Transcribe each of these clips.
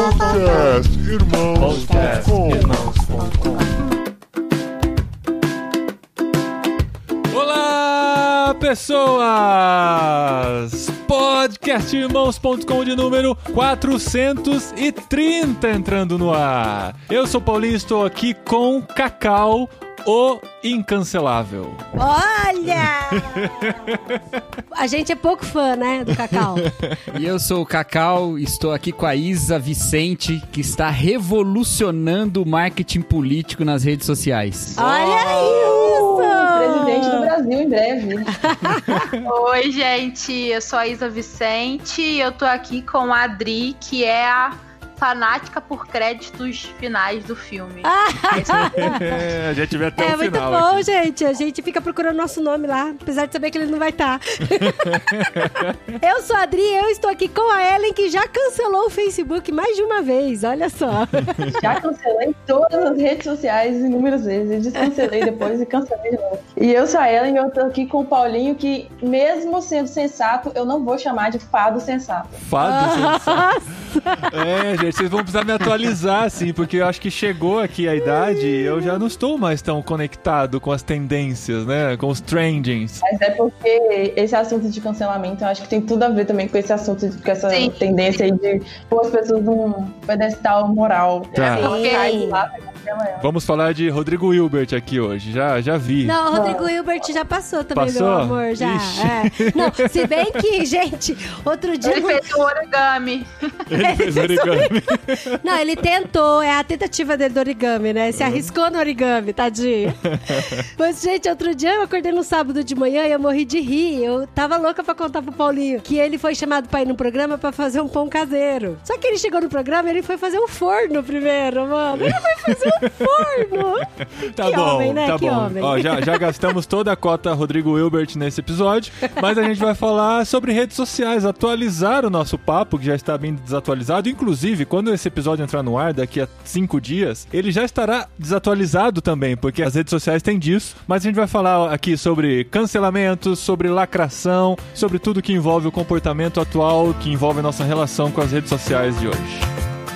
Olá, pessoas! Podcastirmãos.com de número 430 entrando no ar. Eu sou o Paulinho e estou aqui com Cacau, o incancelável. Olha! A gente é pouco fã, né, do Cacau. E eu sou o Cacau, estou aqui com a Isa Vicente, que está revolucionando o marketing político nas redes sociais. Olha isso! Presidente do Brasil em breve. Oi, gente, eu sou a Isa Vicente e eu tô aqui com a Adri, que é a fanática por créditos finais do filme. A gente vê até o final. É muito bom, aqui. gente. A gente fica procurando nosso nome lá, apesar de saber que ele não vai estar. Eu sou a Adri e eu estou aqui com a Ellen, que já cancelou o Facebook mais de uma vez. Olha só. Já cancelei todas as redes sociais inúmeras vezes. Eu descancelei depois e cancelei de novo. E eu sou a Ellen e eu tô aqui com o Paulinho, que mesmo sendo sensato, eu não vou chamar de fado sensato. Fado sensato. É, gente, vocês vão precisar me atualizar, assim, porque eu acho que chegou aqui a idade e eu já não estou mais tão conectado com as tendências, né? Com os trendings. Mas é porque esse assunto de cancelamento, eu acho que tem tudo a ver também com esse assunto, com essa tendência aí de pôr as pessoas num pedestal moral. Tá. Vamos falar de Rodrigo Hilbert aqui hoje, já vi. Não, o Rodrigo Hilbert já passou também, Passou? meu amor, já. É. Não, se bem que, gente, outro dia... Ele fez o origami. Ele fez origami. Não, ele tentou, é a tentativa dele do origami, né? Se arriscou no origami, tadinho. Mas, gente, outro dia eu acordei no sábado de manhã e eu morri de rir. Eu tava louca pra contar pro Paulinho que ele foi chamado pra ir no programa pra fazer um pão caseiro. Só que ele chegou no programa e ele foi fazer um forno primeiro, mano. Ele foi fazer um forno. Tá que bom, homem, né? tá que bom. homem. Ó, já gastamos toda a cota Rodrigo Hilbert nesse episódio, mas a gente vai falar sobre redes sociais, atualizar o nosso papo, que já está bem desatualizado. Inclusive, quando esse episódio entrar no ar, daqui a 5 dias, ele já estará desatualizado também, porque as redes sociais têm disso. Mas a gente vai falar aqui sobre cancelamentos, sobre lacração, sobre tudo que envolve o comportamento atual, que envolve a nossa relação com as redes sociais de hoje.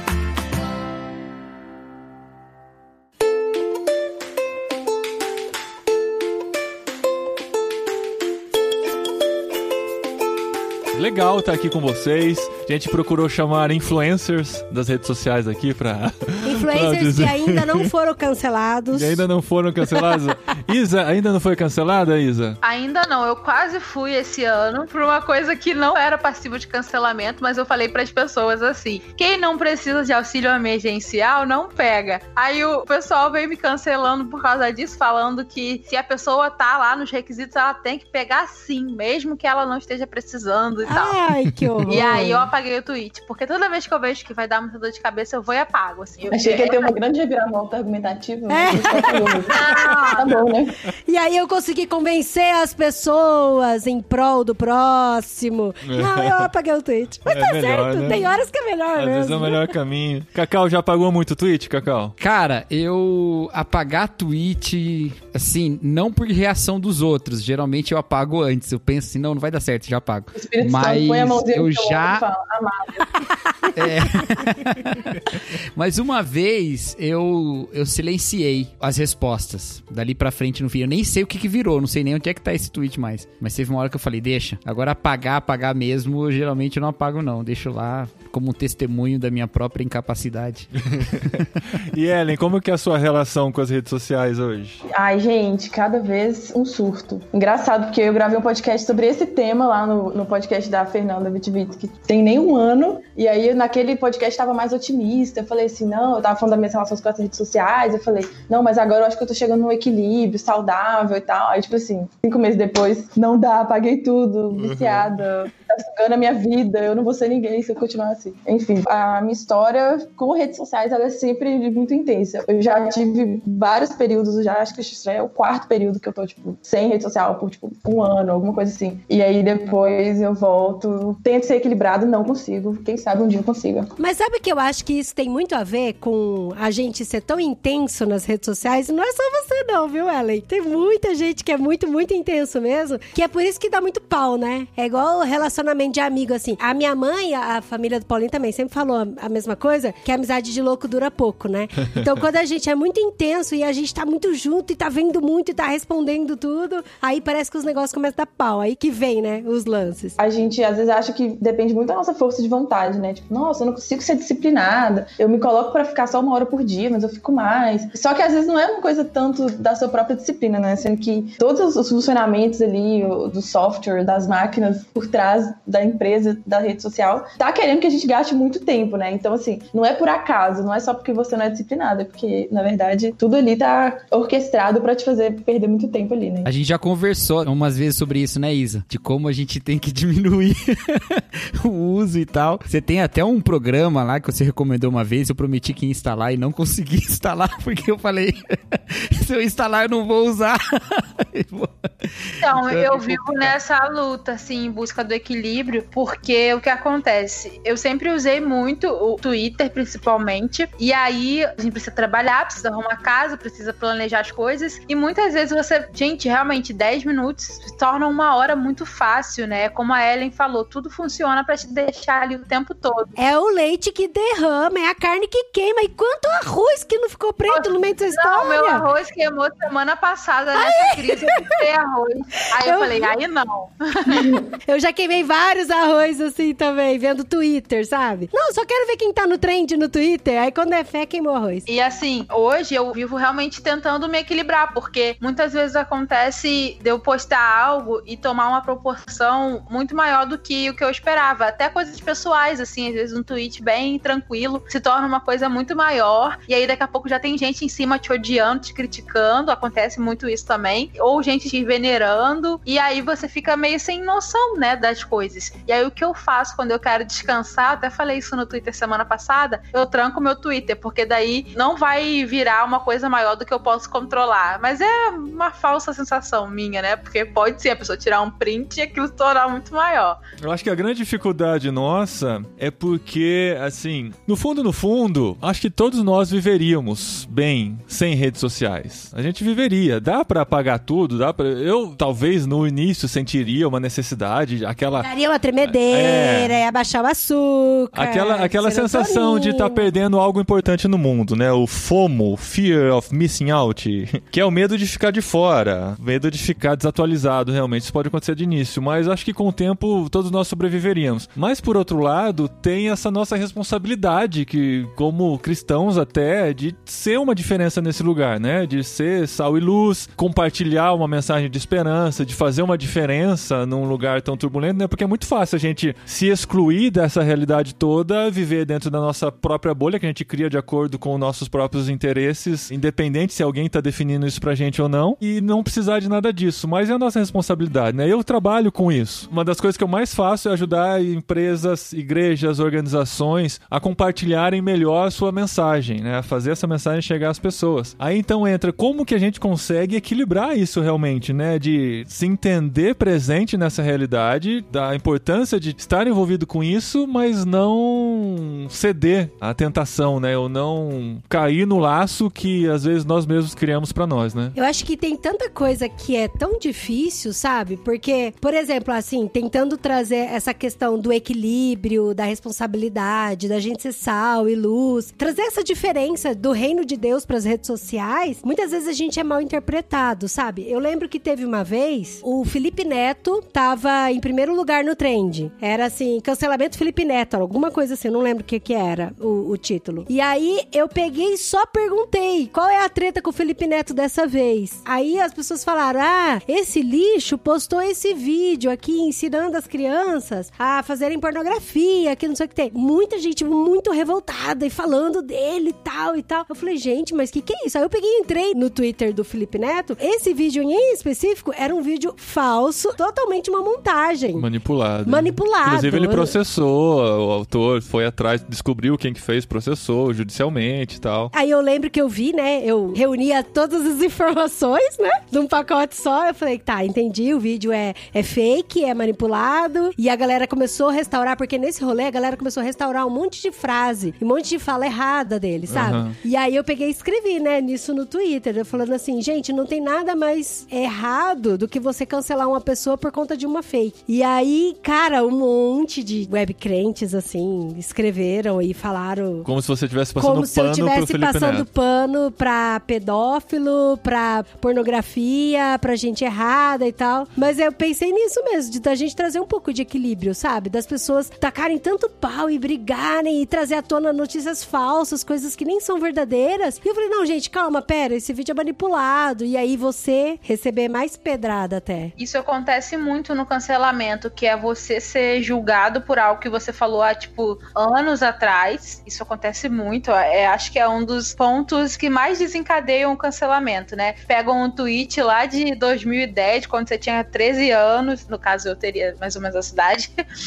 Legal estar aqui com vocês. A gente procurou chamar influencers das redes sociais aqui pra... Influencers que ainda não foram cancelados. Que ainda não foram cancelados. Isa, ainda não foi cancelada, Isa? Ainda não, eu quase fui esse ano por uma coisa que não era passiva de cancelamento, mas eu falei pras pessoas assim, quem não precisa de auxílio emergencial, não pega. Aí o pessoal veio me cancelando por causa disso, falando que se a pessoa tá lá nos requisitos, ela tem que pegar sim, mesmo que ela não esteja precisando e tal. Ai, que horror. E aí eu apaguei o tweet, porque toda vez que eu vejo que vai dar muita dor de cabeça, eu vou e apago, assim. Achei que ia ter uma grande reviravolta argumentativa. Tá bom, né? E aí eu consegui convencer as pessoas em prol do próximo. Não, eu apaguei o tweet. Mas tá melhor, certo, né? tem horas que é melhor Às mesmo. vezes é o melhor caminho. Cacau, já apagou muito tweet, Cacau? Cara, eu apagar tweet, assim, não por reação dos outros. Geralmente eu apago antes. Eu penso assim, não vai dar certo, já apago. O Espírito Mas Santo põe a mãozinha eu no já... e fala, amado. Mas uma vez eu silenciei as respostas. Dali pra frente no fim. Eu nem sei o que virou, não sei nem onde é que tá esse tweet mais. Mas teve uma hora que eu falei, deixa. Agora apagar mesmo, geralmente eu não apago não. Deixo lá como um testemunho da minha própria incapacidade. E Ellen, como que é a sua relação com as redes sociais hoje? Ai, gente, cada vez um surto. Engraçado, porque eu gravei um podcast sobre esse tema lá no podcast da Fernanda Vitvit, que tem nem um ano. E aí, naquele podcast, eu tava mais otimista. Eu falei assim, não, eu tava falando das minhas relações com as redes sociais. Eu falei, não, mas agora eu acho que eu tô chegando num equilíbrio saudável e tal. Aí, tipo assim, 5 meses depois, não dá, apaguei tudo, viciada. Tá sugando a minha vida, eu não vou ser ninguém se eu continuar assim. Enfim, a minha história com redes sociais, ela é sempre muito intensa. Eu já tive vários períodos, já acho que esse é o 4º período que eu tô, tipo, sem rede social por, tipo, 1 ano, alguma coisa assim. E aí depois eu volto, tento ser equilibrado, não consigo. Quem sabe um dia eu consiga. Mas sabe que eu acho que isso tem muito a ver com a gente ser tão intenso nas redes sociais? Não é só você não, viu, Ellen? Tem muita gente que é muito, muito intenso mesmo, que é por isso que dá muito pau, né? É igual o relacionamento relacionamento de amigo, assim. A minha mãe, a família do Paulinho também sempre falou a mesma coisa, que a amizade de louco dura pouco, né? Então, quando a gente é muito intenso e a gente tá muito junto e tá vendo muito e tá respondendo tudo, aí parece que os negócios começam a dar pau. Aí que vem, né, os lances. A gente, às vezes, acha que depende muito da nossa força de vontade, né? Tipo, nossa, eu não consigo ser disciplinada. Eu me coloco pra ficar só 1 hora por dia, mas eu fico mais. Só que, às vezes, não é uma coisa tanto da sua própria disciplina, né? Sendo que todos os funcionamentos ali, do software, das máquinas por trás da empresa, da rede social, tá querendo que a gente gaste muito tempo, né? Então, assim, não é por acaso, não é só porque você não é disciplinada, é porque, na verdade, tudo ali tá orquestrado pra te fazer perder muito tempo ali, né? A gente já conversou umas vezes sobre isso, né, Isa? De como a gente tem que diminuir o uso e tal. Você tem até um programa lá que você recomendou uma vez, eu prometi que ia instalar e não consegui instalar, porque eu falei, se eu instalar eu não vou usar. Então, eu vivo nessa luta, assim, em busca do equilíbrio, porque o que acontece? Eu sempre usei muito o Twitter, principalmente, e aí a gente precisa trabalhar, precisa arrumar casa, precisa planejar as coisas, e muitas vezes você, gente, realmente 10 minutos se torna 1 hora muito fácil, né? Como a Ellen falou, tudo funciona pra te deixar ali o tempo todo. É o leite que derrama, é a carne que queima, e quanto arroz que não ficou preto no meio dessa história? Não, meu arroz queimou semana passada nessa crise de ter arroz. Aí eu falei, aí não. Eu já queimei vários arroz assim também, vendo Twitter, sabe? Não, só quero ver quem tá no trend no Twitter. Aí quando é fé, queimou arroz. E assim, hoje eu vivo realmente tentando me equilibrar, porque muitas vezes acontece de eu postar algo e tomar uma proporção muito maior do que o que eu esperava. Até coisas pessoais, assim, às vezes um tweet bem tranquilo se torna uma coisa muito maior. E aí daqui a pouco já tem gente em cima te odiando, te criticando. Acontece muito isso também. Ou gente te venerando. E aí você fica meio sem noção, né, das coisas. E aí o que eu faço quando eu quero descansar, até falei isso no Twitter semana passada, eu tranco meu Twitter, porque daí não vai virar uma coisa maior do que eu posso controlar. Mas é uma falsa sensação minha, né? Porque pode ser a pessoa tirar um print e aquilo se tornar muito maior. Eu acho que a grande dificuldade nossa é porque, assim, no fundo, acho que todos nós viveríamos bem sem redes sociais. A gente viveria. Dá pra apagar tudo, dá pra... Eu, talvez, no início sentiria uma necessidade, aquela... Daria uma tremedeira, ia baixar o açúcar. Aquela sensação de estar perdendo algo importante no mundo, né? O FOMO, Fear of Missing Out, que é o medo de ficar de fora, medo de ficar desatualizado, realmente. Isso pode acontecer de início, mas acho que com o tempo todos nós sobreviveríamos. Mas, por outro lado, tem essa nossa responsabilidade, que como cristãos até, de ser uma diferença nesse lugar, né? De ser sal e luz, compartilhar uma mensagem de esperança, de fazer uma diferença num lugar tão turbulento, né? Porque é muito fácil a gente se excluir dessa realidade toda, viver dentro da nossa própria bolha, que a gente cria de acordo com os nossos próprios interesses, independente se alguém tá definindo isso pra gente ou não, e não precisar de nada disso. Mas é a nossa responsabilidade, né? Eu trabalho com isso. Uma das coisas que eu mais faço é ajudar empresas, igrejas, organizações a compartilharem melhor a sua mensagem, né? A fazer essa mensagem chegar às pessoas. Aí então entra como que a gente consegue equilibrar isso realmente, né? De se entender presente nessa realidade, da importância de estar envolvido com isso, mas não ceder à tentação, né? Ou não cair no laço que às vezes nós mesmos criamos pra nós, né? Eu acho que tem tanta coisa que é tão difícil, sabe? Porque, por exemplo, assim, tentando trazer essa questão do equilíbrio, da responsabilidade, da gente ser sal e luz, trazer essa diferença do reino de Deus pras redes sociais, muitas vezes a gente é mal interpretado, sabe? Eu lembro que teve uma vez, o Felipe Neto tava em primeiro lugar no trend. Era assim, cancelamento Felipe Neto, alguma coisa assim, eu não lembro o que era o título. E aí eu peguei e só perguntei, qual é a treta com o Felipe Neto dessa vez? Aí as pessoas falaram, esse lixo postou esse vídeo aqui ensinando as crianças a fazerem pornografia, que não sei o que tem. Muita gente muito revoltada e falando dele e tal e tal. Eu falei, gente, mas que é isso? Aí eu peguei e entrei no Twitter do Felipe Neto. Esse vídeo em específico era um vídeo falso, totalmente uma montagem. Manipulado. Manipulado. Inclusive ele processou, o autor foi atrás, descobriu quem que fez, processou judicialmente e tal. Aí eu lembro que eu vi, né, eu reunia todas as informações, né, num pacote só. Eu falei, tá, entendi, o vídeo é fake, é manipulado. E a galera começou a restaurar, porque nesse rolê a galera começou a restaurar um monte de frase, um monte de fala errada dele, sabe? Uhum. E aí eu peguei e escrevi, né, nisso no Twitter, eu falando assim, gente, não tem nada mais mais errado do que você cancelar uma pessoa por conta de uma fake. E aí, cara, um monte de web crentes, assim, escreveram e falaram... Como se você estivesse passando como se eu pano pro estivesse Felipe passando Neto. pano pra pedófilo, pra pornografia, pra gente errada e tal. Mas eu pensei nisso mesmo, da gente trazer um pouco de equilíbrio, sabe? Das pessoas tacarem tanto pau e brigarem e trazer à tona notícias falsas, coisas que nem são verdadeiras. E eu falei, não, gente, calma, pera, esse vídeo é manipulado. E aí você receber mais pedrada até. Isso acontece muito no cancelamento, que é você ser julgado por algo que você falou há, tipo, anos atrás. Isso acontece muito. Acho que é um dos pontos que mais desencadeiam o cancelamento, né? Pegam um tweet lá de 2010, quando você tinha 13 anos, no caso eu teria mais ou menos a cidade,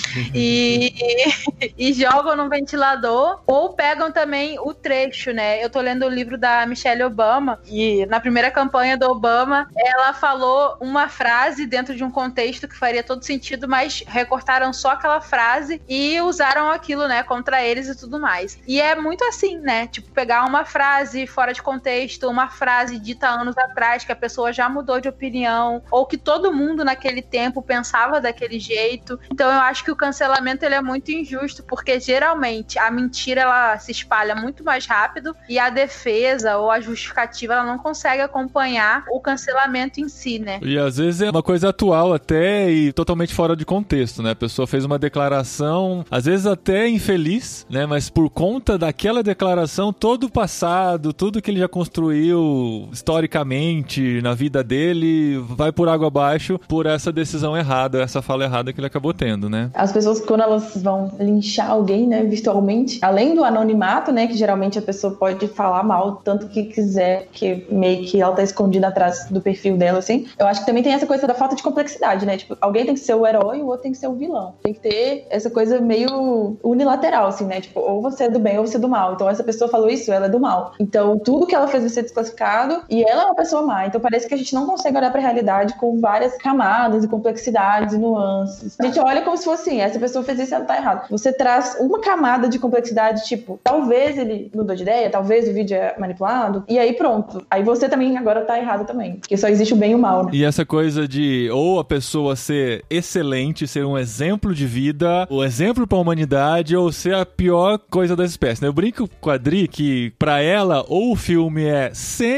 e jogam no ventilador, ou pegam também o trecho, né? Eu tô lendo o livro da Michelle Obama, e na primeira campanha do Obama, ela falou uma frase dentro de um contexto que faria todo sentido, mas recortaram só aquela frase e usaram aquilo, né, contra eles e tudo mais. E é muito assim, né? Tipo, pegar uma frase fora de contexto, uma frase dita anos atrás, que a pessoa já mudou de opinião, ou que todo mundo naquele tempo pensava daquele jeito. Então eu acho que o cancelamento ele é muito injusto, porque geralmente a mentira ela se espalha muito mais rápido e a defesa ou a justificativa ela não consegue acompanhar o cancelamento em si, né? E às vezes é uma coisa atual até e totalmente fora de contexto, né? A pessoa fez uma declaração, às vezes até infeliz, né? Mas por conta daquela declaração, todo o passado, tudo que ele já construiu historicamente na vida dele, vai por água abaixo por essa decisão errada, essa fala errada que ele acabou tendo, né? As pessoas, quando elas vão linchar alguém, né, virtualmente, além do anonimato, né, que geralmente a pessoa pode falar mal tanto que quiser, que meio que ela tá escondida atrás do perfil dela, assim, eu acho que também tem essa coisa da falta de complexidade, né? Tipo, alguém tem que ser o herói e o outro tem que ser o vilão. Tem que ter essa coisa meio unilateral, assim, né? Tipo, ou você é do bem ou você é do mal. Então, essa pessoa falou isso, ela é do mal. Então, tudo que ela fez vai ser desclassificado e ela é uma pessoa má. Então, parece que a gente não consegue olhar pra realidade com várias camadas e complexidades e nuances. A gente olha como se fosse assim, essa pessoa fez isso e ela tá errada. Você traz uma camada de complexidade, tipo, talvez ele mudou de ideia, talvez o vídeo é manipulado, e aí pronto. Aí você também agora tá errado também. Porque só existe o bem e o mal, né? E essa coisa de ou a pessoa ser excelente, ser um exemplo de vida, o exemplo pra humanidade, ou ser a pior coisa das espécies, né? Eu brinco com a Adri que pra ela ou o filme é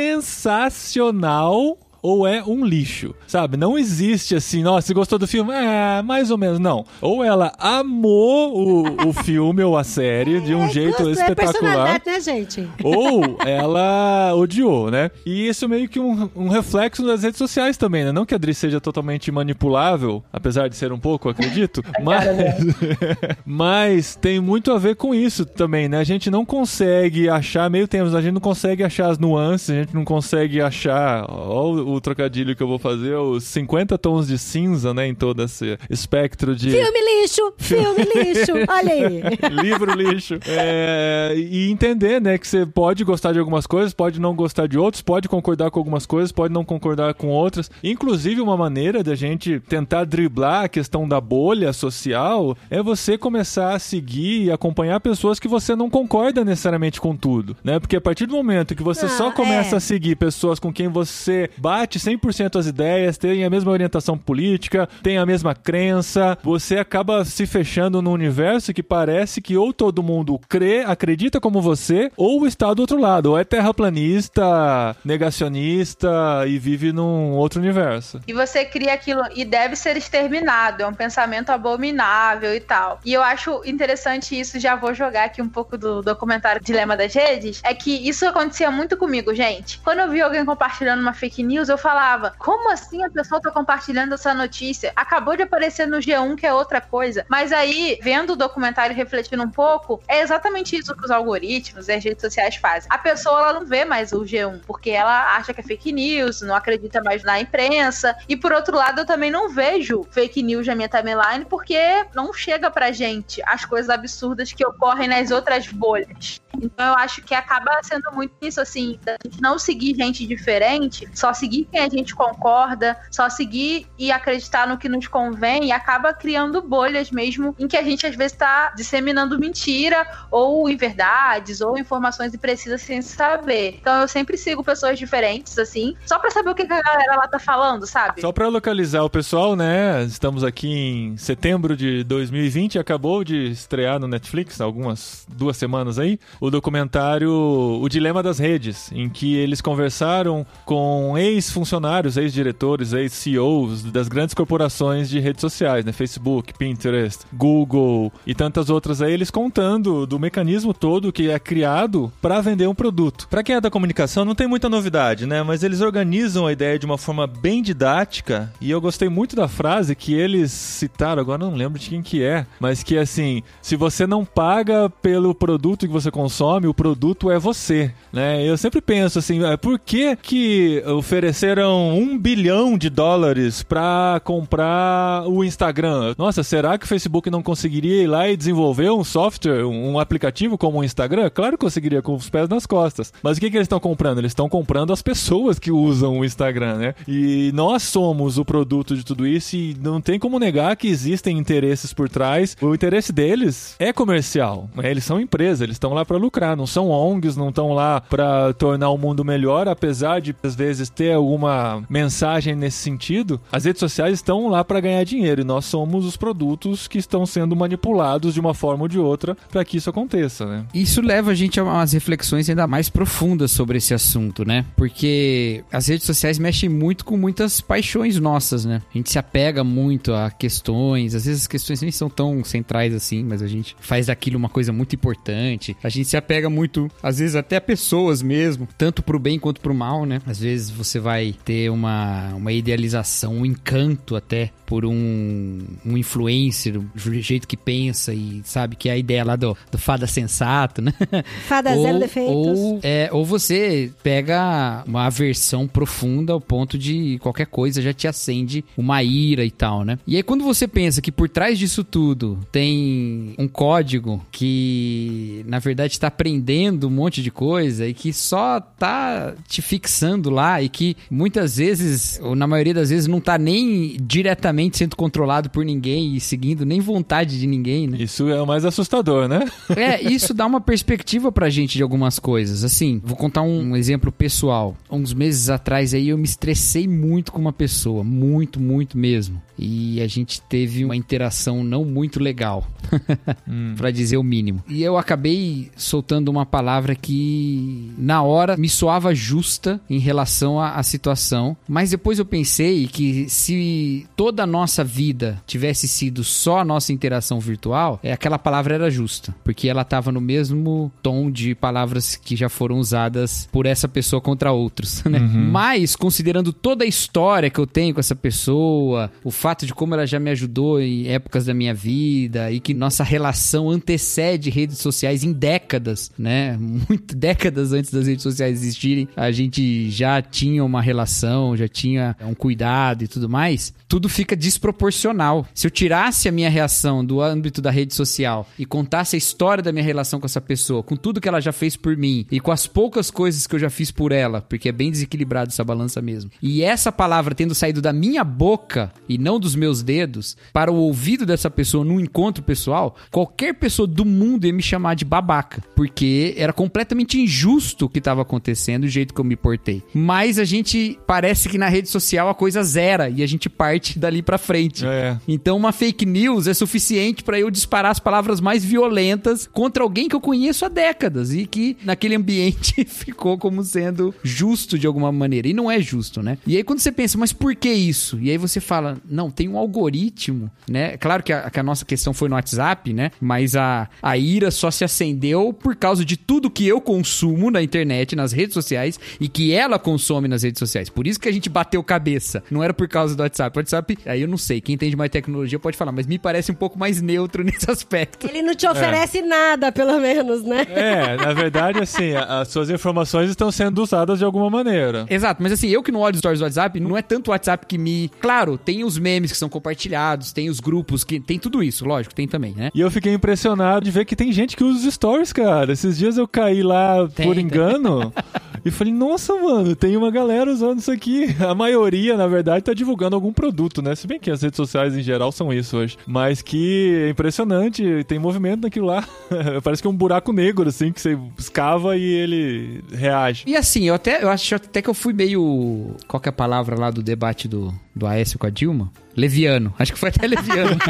sensacional ou é um lixo, sabe? Não existe assim, nossa, você gostou do filme? É, mais ou menos, não. Ou ela amou o filme ou a série de um jeito espetacular. É né, gente? Ou ela odiou, né? E isso meio que um reflexo das redes sociais também, né? Não que a Adri seja totalmente manipulável, apesar de ser um pouco, acredito, mas tem muito a ver com isso também, né? A gente não consegue achar, meio termos, a gente não consegue achar as nuances, a gente não consegue achar, o trocadilho que eu vou fazer, os 50 tons de cinza, né, em todo esse espectro de... Filme lixo, olha aí. Livro lixo. E entender, né, que você pode gostar de algumas coisas, pode não gostar de outros, pode concordar com algumas coisas, pode não concordar com outras. Inclusive, uma maneira da gente tentar driblar a questão da bolha social é você começar a seguir e acompanhar pessoas que você não concorda necessariamente com tudo, né? Porque a partir do momento que você só começa a seguir pessoas com quem você bate 100% as ideias, tem a mesma orientação política, tem a mesma crença, você acaba se fechando num universo que parece que ou todo mundo acredita como você, ou está do outro lado, ou é terraplanista, negacionista e vive num outro universo. E você cria aquilo e deve ser exterminado, é um pensamento abominável e tal. E eu acho interessante isso, já vou jogar aqui um pouco do documentário Dilema das Redes, é que isso acontecia muito comigo, gente. Quando eu vi alguém compartilhando uma fake news, eu falava, como assim a pessoa tá compartilhando essa notícia? Acabou de aparecer no G1, que é outra coisa. Mas aí, vendo o documentário e refletindo um pouco, é exatamente isso que os algoritmos e as redes sociais fazem. A pessoa, ela não vê mais o G1, porque ela acha que é fake news, não acredita mais na imprensa. E por outro lado, eu também não vejo fake news na minha timeline, porque não chega pra gente as coisas absurdas que ocorrem nas outras bolhas. Então eu acho que acaba sendo muito isso, assim, da gente não seguir gente diferente, só seguir seguir quem a gente concorda, só seguir e acreditar no que nos convém, e acaba criando bolhas mesmo, em que a gente às vezes tá disseminando mentira, ou inverdades, ou informações imprecisas sem saber. Então eu sempre sigo pessoas diferentes, assim, só pra saber o que a galera lá tá falando, sabe? Só pra localizar o pessoal, né? Estamos aqui em setembro de 2020, acabou de estrear no Netflix, algumas 2 semanas aí, o documentário O Dilema das Redes, em que eles conversaram com ex-funcionários, ex-diretores, ex-CEOs das grandes corporações de redes sociais, né? Facebook, Pinterest, Google e tantas outras aí, eles contando do mecanismo todo que é criado para vender um produto. Para quem é da comunicação, não tem muita novidade, né? Mas eles organizam a ideia de uma forma bem didática, e eu gostei muito da frase que eles citaram, agora não lembro de quem que é, mas que assim, se você não paga pelo produto que você consome, o produto é você, né? Eu sempre penso assim, por que ofereceram $1 bilhão para comprar o Instagram? Nossa, será que o Facebook não conseguiria ir lá e desenvolver um software, um aplicativo como o Instagram? Claro que conseguiria, com os pés nas costas. Mas o que eles estão comprando? Eles estão comprando as pessoas que usam o Instagram, né? E nós somos o produto de tudo isso, e não tem como negar que existem interesses por trás. O interesse deles é comercial, né? Eles são empresa, eles estão lá para lucrar, não são ONGs, não estão lá para tornar o mundo melhor, apesar de às vezes ter alguma mensagem nesse sentido. As redes sociais estão lá para ganhar dinheiro, e nós somos os produtos que estão sendo manipulados de uma forma ou de outra para que isso aconteça, né? Isso leva a gente a umas reflexões ainda mais profundas sobre esse assunto, né? Porque as redes sociais mexem muito com muitas paixões nossas, né? A gente se apega muito a questões, às vezes as questões nem são tão centrais assim, mas a gente faz daquilo uma coisa muito importante. A gente se apega muito, às vezes até a pessoas mesmo, tanto pro bem quanto pro mal, né? Às vezes você vai ter uma idealização, um encanto até por um influencer, do jeito que pensa, e sabe que é a ideia lá do fada sensato, né? Fada zero defeitos. Ou você pega uma aversão profunda ao ponto de qualquer coisa já te acende uma ira e tal, né? E aí quando você pensa que por trás disso tudo tem um código que na verdade está aprendendo um monte de coisa e que só tá te fixando lá, e que muitas vezes, ou na maioria das vezes, não tá nem diretamente sendo controlado por ninguém e seguindo nem vontade de ninguém, né? Isso é o mais assustador, né? Isso dá uma perspectiva pra gente de algumas coisas. Assim, vou contar um exemplo pessoal. Uns meses atrás aí eu me estressei muito com uma pessoa. Muito, muito mesmo. E a gente teve uma interação não muito legal. Pra dizer o mínimo. E eu acabei soltando uma palavra que na hora me soava justa em relação à situação. Mas depois eu pensei que se toda a nossa vida tivesse sido só a nossa interação virtual, aquela palavra era justa. Porque ela estava no mesmo tom de palavras que já foram usadas por essa pessoa contra outros, né? Mas, considerando toda a história que eu tenho com essa pessoa, o fato de como ela já me ajudou em épocas da minha vida, e que nossa relação antecede redes sociais em décadas, né? Décadas antes das redes sociais existirem, a gente já tinha uma relação, já tinha um cuidado e tudo mais. Tudo fica desproporcional. Se eu tirasse a minha reação do âmbito da rede social e contasse a história da minha relação com essa pessoa, com tudo que ela já fez por mim e com as poucas coisas que eu já fiz por ela, porque é bem desequilibrado essa balança mesmo, e essa palavra tendo saído da minha boca e não dos meus dedos para o ouvido dessa pessoa num encontro pessoal, qualquer pessoa do mundo ia me chamar de babaca, porque era completamente injusto o que estava acontecendo, o jeito que eu me portei. Mas a gente parece que na rede social a coisa zera e a gente parte dali pra frente. Então uma fake news é suficiente pra eu disparar as palavras mais violentas contra alguém que eu conheço há décadas e que naquele ambiente ficou como sendo justo de alguma maneira. E não é justo, né? E aí quando você pensa, mas por que isso? E aí você fala, não, tem um algoritmo, né? Claro que a nossa questão foi no WhatsApp, né? Mas a ira só se acendeu por causa de tudo que eu consumo na internet, nas redes sociais, e que ela consome nas redes sociais. Por isso que a gente bateu cabeça. Não era por causa do WhatsApp. O WhatsApp, aí eu não sei, quem entende mais tecnologia pode falar, mas me parece um pouco mais neutro nesse aspecto. Ele não te oferece nada, pelo menos, né? Na verdade, assim, as suas informações estão sendo usadas de alguma maneira. Exato, mas assim, eu que não olho os stories do WhatsApp, não é tanto o WhatsApp que me... Claro, tem os memes que são compartilhados, tem os grupos, que tem tudo isso, lógico, tem também, né? E eu fiquei impressionado de ver que tem gente que usa os stories, cara. Esses dias eu caí lá por engano... E falei, nossa, mano, tem uma galera usando isso aqui. A maioria, na verdade, tá divulgando algum produto, né? Se bem que as redes sociais em geral são isso hoje. Mas que é impressionante, tem movimento naquilo lá. Parece que é um buraco negro, assim, que você escava e ele reage. E assim, eu acho até que eu fui meio... Qual que é a palavra lá do debate do Aécio com a Dilma? Leviano. Acho que foi até leviano.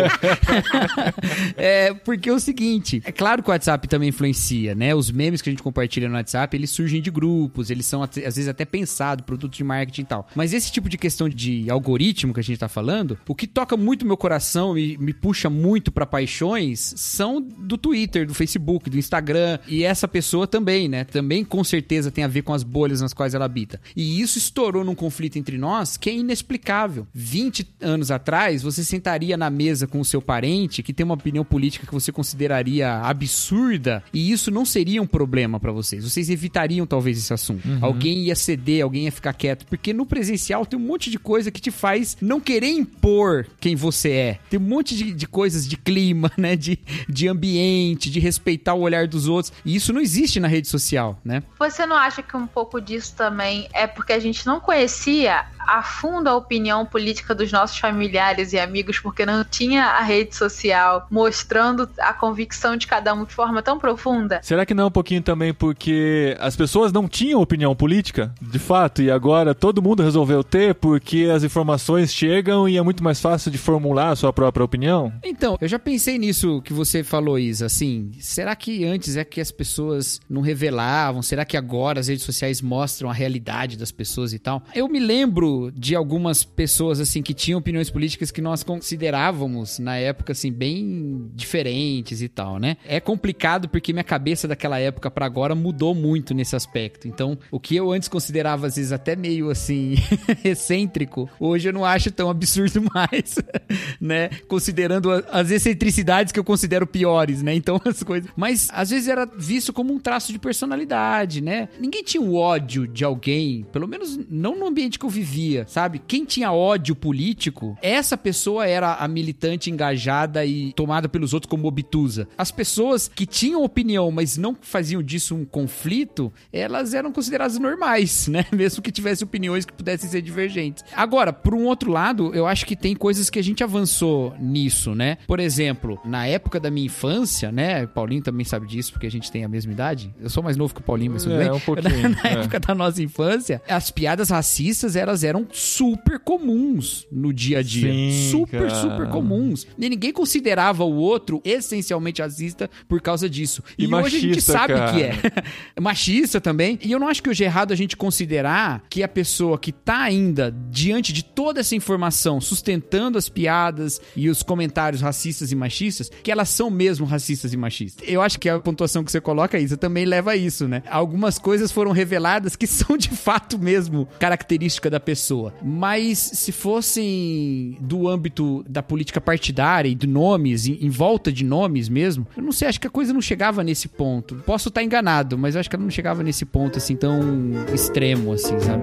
Porque é o seguinte, é claro que o WhatsApp também influencia, né? Os memes que a gente compartilha no WhatsApp, eles surgem de grupos, eles são às vezes até pensados, produtos de marketing e tal. Mas esse tipo de questão de algoritmo que a gente tá falando, o que toca muito meu coração e me puxa muito pra paixões são do Twitter, do Facebook, do Instagram. E essa pessoa também, né? Também com certeza tem a ver com as bolhas nas quais ela habita. E isso estourou num conflito entre nós que é inexplicável. 20 anos atrás, você sentaria na mesa com o seu parente que tem uma opinião política que você consideraria absurda e isso não seria um problema pra vocês. Vocês evitariam talvez esse assunto. Alguém ia ceder, alguém ia ficar quieto. Porque no presencial tem um monte de coisa que te faz não querer impor quem você é. Tem um monte de coisas de clima, né? De ambiente, de respeitar o olhar dos outros. E isso não existe na rede social, né? Você não acha que um pouco disso também é porque a gente não conhecia a fundo a opinião política dos nossos familiares e amigos, porque não tinha a rede social mostrando a convicção de cada um de forma tão profunda? Será que não é um pouquinho também porque as pessoas não tinham opinião política, de fato, e agora todo mundo resolveu ter porque as informações chegam e é muito mais fácil de formular a sua própria opinião? Então, eu já pensei nisso que você falou, Isa, assim, será que antes é que as pessoas não revelavam? Será que agora as redes sociais mostram a realidade das pessoas e tal? Eu me lembro de algumas pessoas, assim, que tinham opiniões políticas que nós considerávamos, na época, assim, bem diferentes e tal, né? É complicado porque minha cabeça daquela época pra agora mudou muito nesse aspecto. Então, o que eu antes considerava, às vezes, até meio, assim, excêntrico, hoje eu não acho tão absurdo mais, né? Considerando as excentricidades que eu considero piores, né? Então, as coisas... Mas, às vezes, era visto como um traço de personalidade, né? Ninguém tinha o ódio de alguém, pelo menos não no ambiente que eu vivia, sabe? Quem tinha ódio político, essa pessoa era a militante engajada e tomada pelos outros como obtusa. As pessoas que tinham opinião, mas não faziam disso um conflito, elas eram consideradas normais, né? Mesmo que tivessem opiniões que pudessem ser divergentes. Agora, por um outro lado, eu acho que tem coisas que a gente avançou nisso, né? Por exemplo, na época da minha infância, né? O Paulinho também sabe disso, porque a gente tem a mesma idade. Eu sou mais novo que o Paulinho, mas tudo bem. Um pouquinho. Na época da nossa infância, as piadas racistas, elas eram super comuns no dia a dia. Sim, super comuns. E ninguém considerava o outro essencialmente racista por causa disso. E machista, hoje a gente sabe cara. que é. Machista também. E eu não acho que hoje é errado a gente considerar que a pessoa que tá ainda diante de toda essa informação, sustentando as piadas e os comentários racistas e machistas, que elas são mesmo racistas e machistas. Eu acho que a pontuação que você coloca, Isa, também leva a isso, né? Algumas coisas foram reveladas que são de fato mesmo característica da pessoa. Mas se fossem do âmbito da política partidária e de nomes, em volta de nomes mesmo, eu não sei, acho que a coisa não chegava nesse ponto. Posso estar enganado, mas eu acho que ela não chegava nesse ponto assim tão extremo assim, sabe?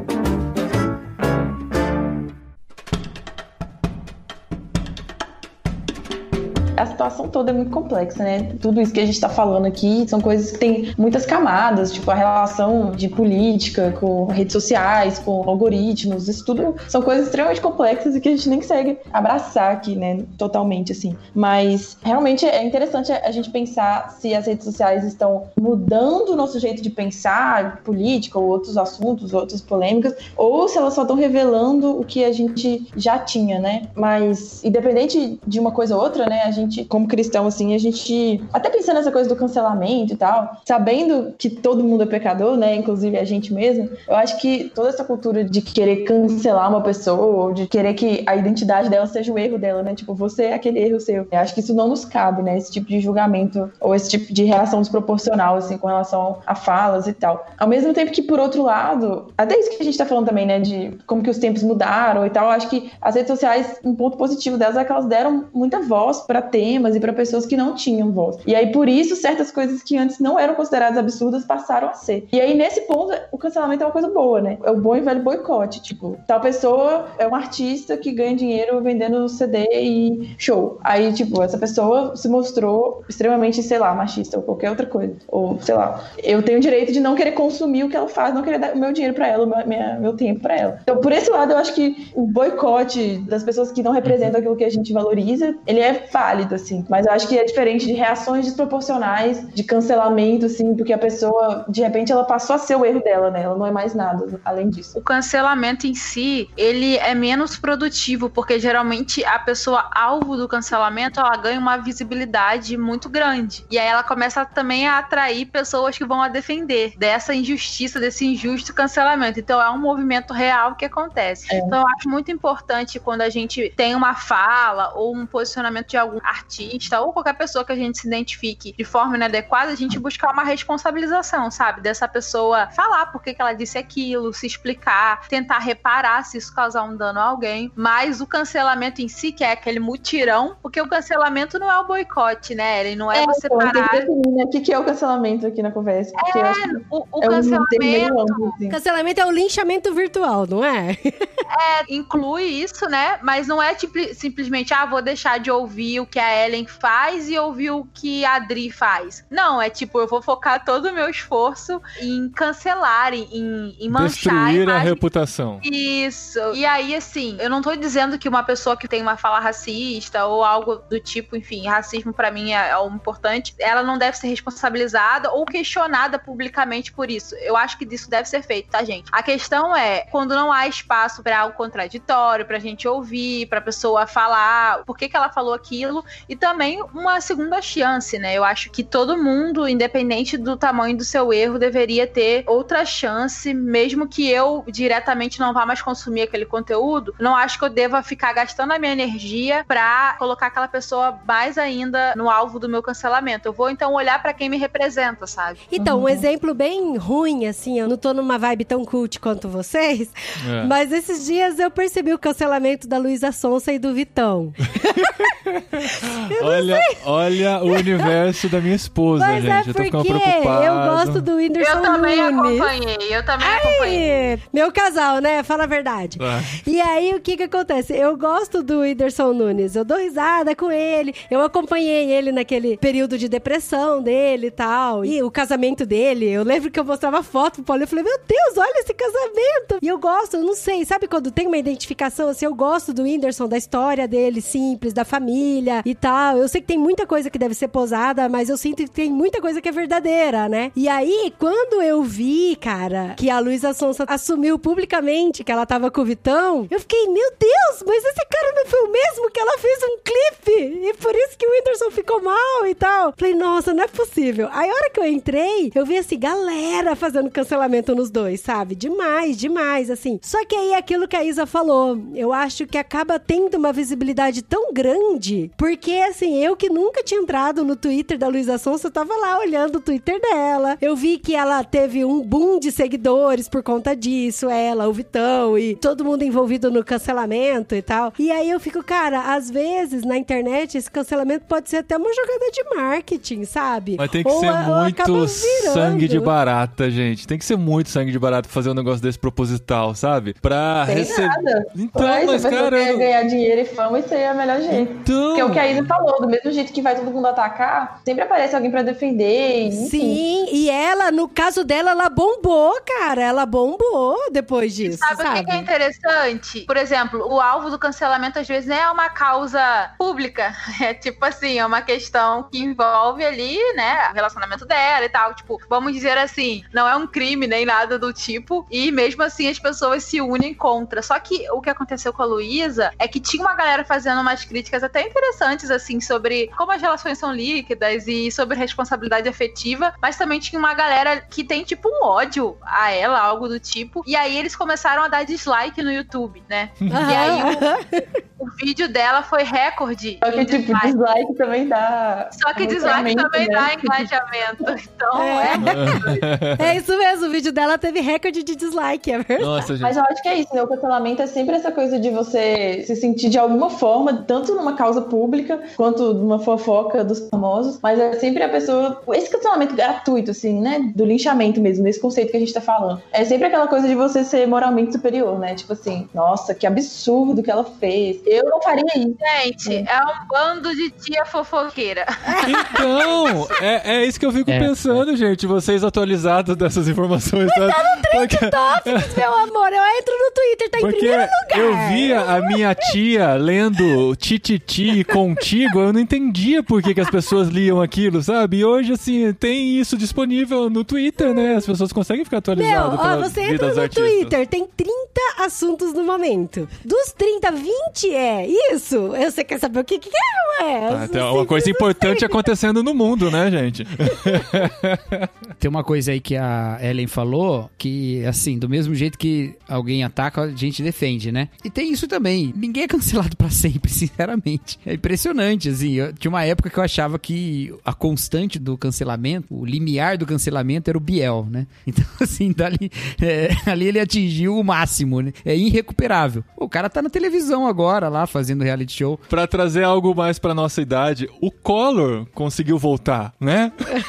A situação toda é muito complexa, né? Tudo isso que a gente tá falando aqui são coisas que têm muitas camadas, tipo a relação de política com redes sociais, com algoritmos, isso tudo são coisas extremamente complexas e que a gente nem consegue abraçar aqui, né? Totalmente, assim. Mas realmente é interessante a gente pensar se as redes sociais estão mudando o nosso jeito de pensar política ou outros assuntos, outras polêmicas, ou se elas só estão revelando o que a gente já tinha, né? Mas, independente de uma coisa ou outra, né? A gente, como cristão, assim, a gente... Até pensando nessa coisa do cancelamento e tal, sabendo que todo mundo é pecador, né? Inclusive a gente mesmo, eu acho que toda essa cultura de querer cancelar uma pessoa, ou de querer que a identidade dela seja o erro dela, né? Tipo, você é aquele erro seu. Eu acho que isso não nos cabe, né? Esse tipo de julgamento ou esse tipo de reação desproporcional, assim, com relação a falas e tal. Ao mesmo tempo que, por outro lado, até isso que a gente tá falando também, né? De como que os tempos mudaram e tal, eu acho que as redes sociais, um ponto positivo delas é que elas deram muita voz pra temas temas e pra pessoas que não tinham voz. E aí, por isso, certas coisas que antes não eram consideradas absurdas passaram a ser. E aí, nesse ponto, o cancelamento é uma coisa boa, né? É o bom e velho boicote. Tipo, tal pessoa é um artista que ganha dinheiro vendendo CD e show. Aí, tipo, essa pessoa se mostrou extremamente, sei lá, machista ou qualquer outra coisa. Ou, sei lá, eu tenho o direito de não querer consumir o que ela faz, não querer dar o meu dinheiro pra ela, o meu tempo pra ela. Então, por esse lado, eu acho que o boicote das pessoas que não representam aquilo que a gente valoriza, ele é válido, assim. Mas eu acho que é diferente de reações desproporcionais, de cancelamento, assim, porque a pessoa, de repente, ela passou a ser o erro dela, né? Ela não é mais nada além disso. O cancelamento em si, ele é menos produtivo, porque geralmente a pessoa alvo do cancelamento, ela ganha uma visibilidade muito grande. E aí ela começa também a atrair pessoas que vão a defender dessa injustiça, desse injusto cancelamento. Então é um movimento real que acontece. Então eu acho muito importante quando a gente tem uma fala ou um posicionamento de algum artista ou qualquer pessoa que a gente se identifique de forma inadequada, a gente buscar uma responsabilização, sabe? Dessa pessoa falar por que ela disse aquilo, se explicar, tentar reparar se isso causar um dano a alguém. Mas o cancelamento em si, que é aquele mutirão, porque o cancelamento não é o boicote, né? Ele não é você parar... O que é o cancelamento aqui na conversa? Porque eu acho que o cancelamento... Cancelamento é o linchamento virtual, não é? Inclui isso, né? Mas não é simplesmente, vou deixar de ouvir o que a Ellen faz e ouvir o que a Adri faz. Não, é tipo, eu vou focar todo o meu esforço em cancelar, em manchar destruir a reputação. Isso. E aí, assim, eu não tô dizendo que uma pessoa que tem uma fala racista ou algo do tipo, enfim, racismo pra mim é o importante, ela não deve ser responsabilizada ou questionada publicamente por isso. Eu acho que isso deve ser feito, tá, gente? A questão é, quando não há espaço pra algo contraditório, pra gente ouvir, pra pessoa falar por que ela falou aquilo, e também uma segunda chance, né? Eu acho que todo mundo, independente do tamanho do seu erro, deveria ter outra chance, mesmo que eu diretamente não vá mais consumir aquele conteúdo, não acho que eu deva ficar gastando a minha energia pra colocar aquela pessoa mais ainda no alvo do meu cancelamento. Eu vou então olhar pra quem me representa, sabe? Então, um exemplo bem ruim, assim, eu não tô numa vibe tão cult quanto vocês, mas esses dias eu percebi o cancelamento da Luísa Sonza e do Vitão. Olha o universo da minha esposa, mas gente. Eu tô ficando preocupado. Eu gosto do Whindersson Eu também Nunes. acompanhei. Meu casal, né? Fala a verdade. E aí, o que acontece? Eu gosto do Whindersson Nunes. Eu dou risada com ele. Eu acompanhei ele naquele período de depressão dele e tal. E o casamento dele. Eu lembro que eu mostrava foto pro Paulo. Eu falei, meu Deus, olha esse casamento. E eu gosto, eu não sei. Sabe quando tem uma identificação assim? Eu gosto do Whindersson, da história dele, simples, da família e tal. Eu sei que tem muita coisa que deve ser posada, mas eu sinto que tem muita coisa que é verdadeira, né? E aí, quando eu vi, cara, que a Luísa Sonza assumiu publicamente que ela tava com o Vitão, eu fiquei, meu Deus, mas esse cara não foi o mesmo que ela fez um clipe? E por isso que o Whindersson ficou mal e tal. Falei, nossa, não é possível. Aí, a hora que eu entrei, eu vi, assim, galera fazendo cancelamento nos dois, sabe? Demais, assim. Só que aí, aquilo que a Isa falou, eu acho que acaba tendo uma visibilidade tão grande, porque, assim, eu que nunca tinha entrado no Twitter da Luísa Sonza, eu tava lá olhando o Twitter dela. Eu vi que ela teve um boom de seguidores por conta disso, ela, o Vitão e todo mundo envolvido no cancelamento e tal. E aí eu fico, cara, às vezes na internet esse cancelamento pode ser até uma jogada de marketing, sabe? Mas tem que ser muito sangue de barata, gente. Tem que ser muito sangue de barata pra fazer um negócio desse proposital, sabe? Pra receber... Nada. Então, mas cara... quer ganhar dinheiro e fama, isso aí é o melhor jeito. Então... Porque é o que a Isa falou, do mesmo jeito que vai todo mundo atacar, sempre aparece alguém pra defender. Enfim. Sim, e ela, no caso dela, ela bombou, cara. Ela bombou depois disso, sabe? O que é interessante? Por exemplo, o alvo do cancelamento às vezes nem é uma causa pública. É tipo assim, é uma questão que envolve ali, né, o relacionamento dela e tal. Tipo, vamos dizer assim, não é um crime nem nada do tipo. E mesmo assim as pessoas se unem contra. Só que o que aconteceu com a Luísa é que tinha uma galera fazendo umas críticas até interessantes, assim, sobre como as relações são líquidas e sobre responsabilidade afetiva. Mas também tinha uma galera que tem tipo um ódio a ela, algo do tipo. E aí eles começaram a dar dislike no YouTube, né? E aí o vídeo dela foi recorde. Só que, tipo, dislike também dá. Só que dislike também dá engajamento. Então, É isso mesmo, o vídeo dela teve recorde de dislike, é verdade. Nossa, gente. Mas eu acho que é isso, né? O cancelamento é sempre essa coisa de você se sentir de alguma forma, tanto numa causa pública, quanto numa fofoca dos famosos, mas é sempre a pessoa... Esse cancelamento gratuito, assim, né? Do linchamento mesmo, desse conceito que a gente tá falando. É sempre aquela coisa de você ser moralmente superior, né? Tipo assim, nossa, que absurdo que ela fez. Eu não faria isso. Gente, é um bando de tia fofoqueira. Então, é isso que eu fico pensando, gente. Vocês atualizados dessas informações. Tá no Trend Topics, meu amor. Eu entro no Twitter, tá em primeiro lugar. Eu via a minha tia lendo Tititi contigo, eu não entendia por que as pessoas liam aquilo, sabe? E hoje, assim, tem isso disponível no Twitter, né? As pessoas conseguem ficar atualizadas. Você entra no Twitter, tem 30 assuntos no momento. Dos 30, 20 é isso. Você quer saber o que é? Tem uma coisa importante acontecendo no mundo, né, gente? Tem uma coisa aí que a Ellen falou, que, assim, do mesmo jeito que alguém ataca, a gente defende, né? E tem isso também. Ninguém é cancelado pra sempre, sinceramente. É impressionante, assim. Tinha uma época que eu achava que a constante do cancelamento, o limiar do cancelamento era o Biel, né? Então, assim, ali ele atingiu o máximo, né? É irrecuperável. O cara tá na televisão agora, lá, fazendo reality show. Pra trazer algo mais pra nossa idade, o Collor conseguiu voltar, né?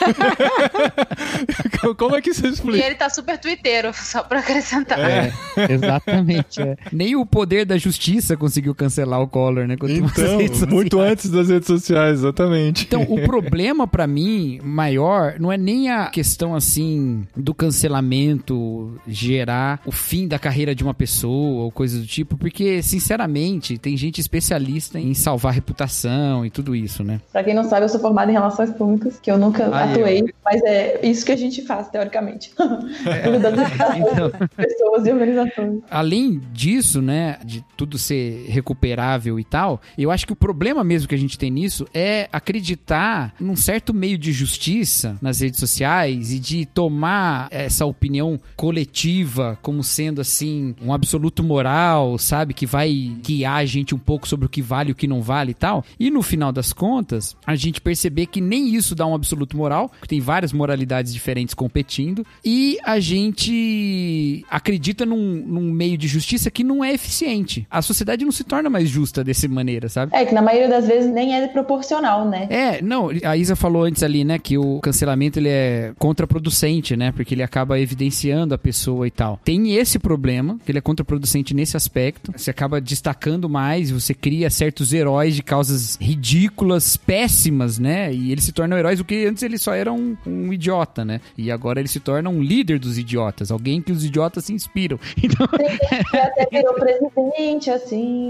Como é que você explica? E ele tá super twitteiro, só pra acrescentar. Exatamente. Nem o poder da justiça conseguiu cancelar o Collor, né? Então, muito antes das redes sociais, exatamente. Então, o problema pra mim, maior, não é nem a questão, assim, do cancelamento gerar o fim da carreira de uma pessoa ou coisa do tipo, porque, sinceramente, tem gente especialista em salvar reputação e tudo isso, né? Pra quem não sabe, eu sou formada em relações públicas, que eu nunca atuei, mas é isso que a gente faz, teoricamente. Cuidando das pessoas e organizações. Além disso, né, de tudo ser recuperável e tal, eu acho que o problema mesmo que a gente tem nisso é acreditar num certo meio de justiça nas redes sociais e de tomar essa opinião coletiva como sendo, assim, um absoluto moral, sabe? Que vai guiar a gente um pouco sobre o que vale e o que não vale e tal. E no final das contas, a gente perceber que nem isso dá um absoluto moral, que tem várias moralidades diferentes competindo, e a gente acredita num meio de justiça que não é eficiente. A sociedade não se torna mais justa dessa maneira, sabe? É, que na maioria das vezes nem é proporcional, né? Não, a Isa falou antes ali, né, que o cancelamento ele é contraproducente, né, porque ele acaba evidenciando a pessoa e tal. Tem esse problema, que ele é contraproducente nesse aspecto. Você acaba destacando mais, você cria certos heróis de causas ridículas, péssimas, né, e eles se tornam heróis, o que antes eles só eram um idiota, né, e agora eles se tornam um líder dos idiotas, alguém que os idiotas se inspiram. Então... Você até virou presidente, assim...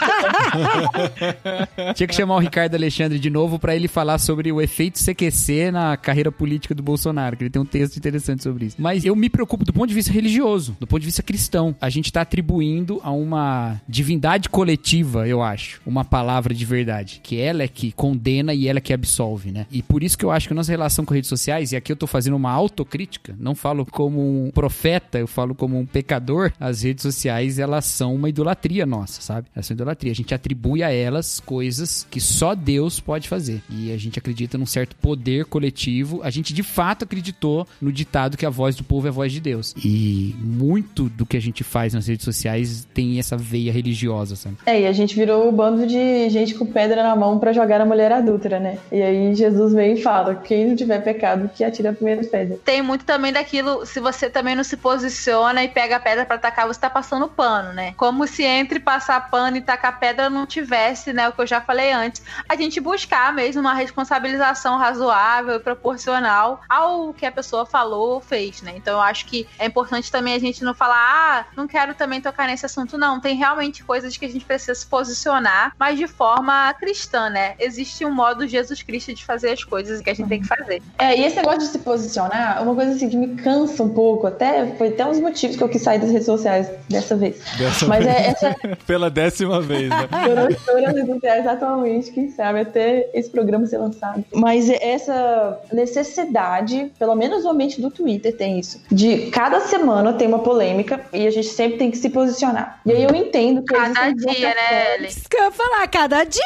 Tinha que chamar o Ricardo Alexandre de novo pra ele falar sobre o efeito CQC na carreira política do Bolsonaro, que ele tem um texto interessante sobre isso. Mas eu me preocupo do ponto de vista religioso, do ponto de vista cristão. A gente tá atribuindo a uma divindade coletiva, eu acho, uma palavra de verdade, que ela é que condena e ela é que absolve, né? E por isso que eu acho que a nossa relação com redes sociais, e aqui eu tô fazendo uma autocrítica, não falo como um profeta, eu falo como um pecador, as redes sociais, elas são uma idolatria nossa, sabe? Elas são idolatria. A gente atribui a elas coisas que só Deus pode fazer. E a gente acredita num certo poder coletivo. A gente, de fato, acreditou no ditado que a voz do povo é a voz de Deus. E muito do que a gente faz nas redes sociais tem essa veia religiosa, sabe? E a gente virou um bando de gente com pedra na mão pra jogar na mulher adúltera, né? E aí Jesus vem e fala, quem não tiver pecado, que atire a primeira pedra. Tem muito também daquilo, se você também não se posiciona e pega a pedra pra atacar, você tá passando pano, né? Como se entre passar pano e tacar pedra não tivesse, né, o que eu já falei antes, a gente buscar mesmo uma responsabilização razoável e proporcional ao que a pessoa falou ou fez, né? Então eu acho que é importante também a gente não falar, não quero também tocar nesse assunto, não. Tem realmente coisas que a gente precisa se posicionar, mas de forma cristã, né? Existe um modo Jesus Cristo de fazer as coisas que a gente tem que fazer. E esse negócio de se posicionar acompanhar, uma coisa assim que me cansa um pouco, foi até um dos motivos que eu quis sair das redes sociais dessa vez. Mas essa... Pela 10ª vez, né? Eu não estou nas redes sociais atualmente, quem sabe até esse programa ser lançado. Mas essa necessidade, pelo menos o ambiente do Twitter tem isso, de cada semana tem uma polêmica e a gente sempre tem que se posicionar. E aí eu entendo que cada dia, né, Ellen? Isso que eu ia falar, cada dia,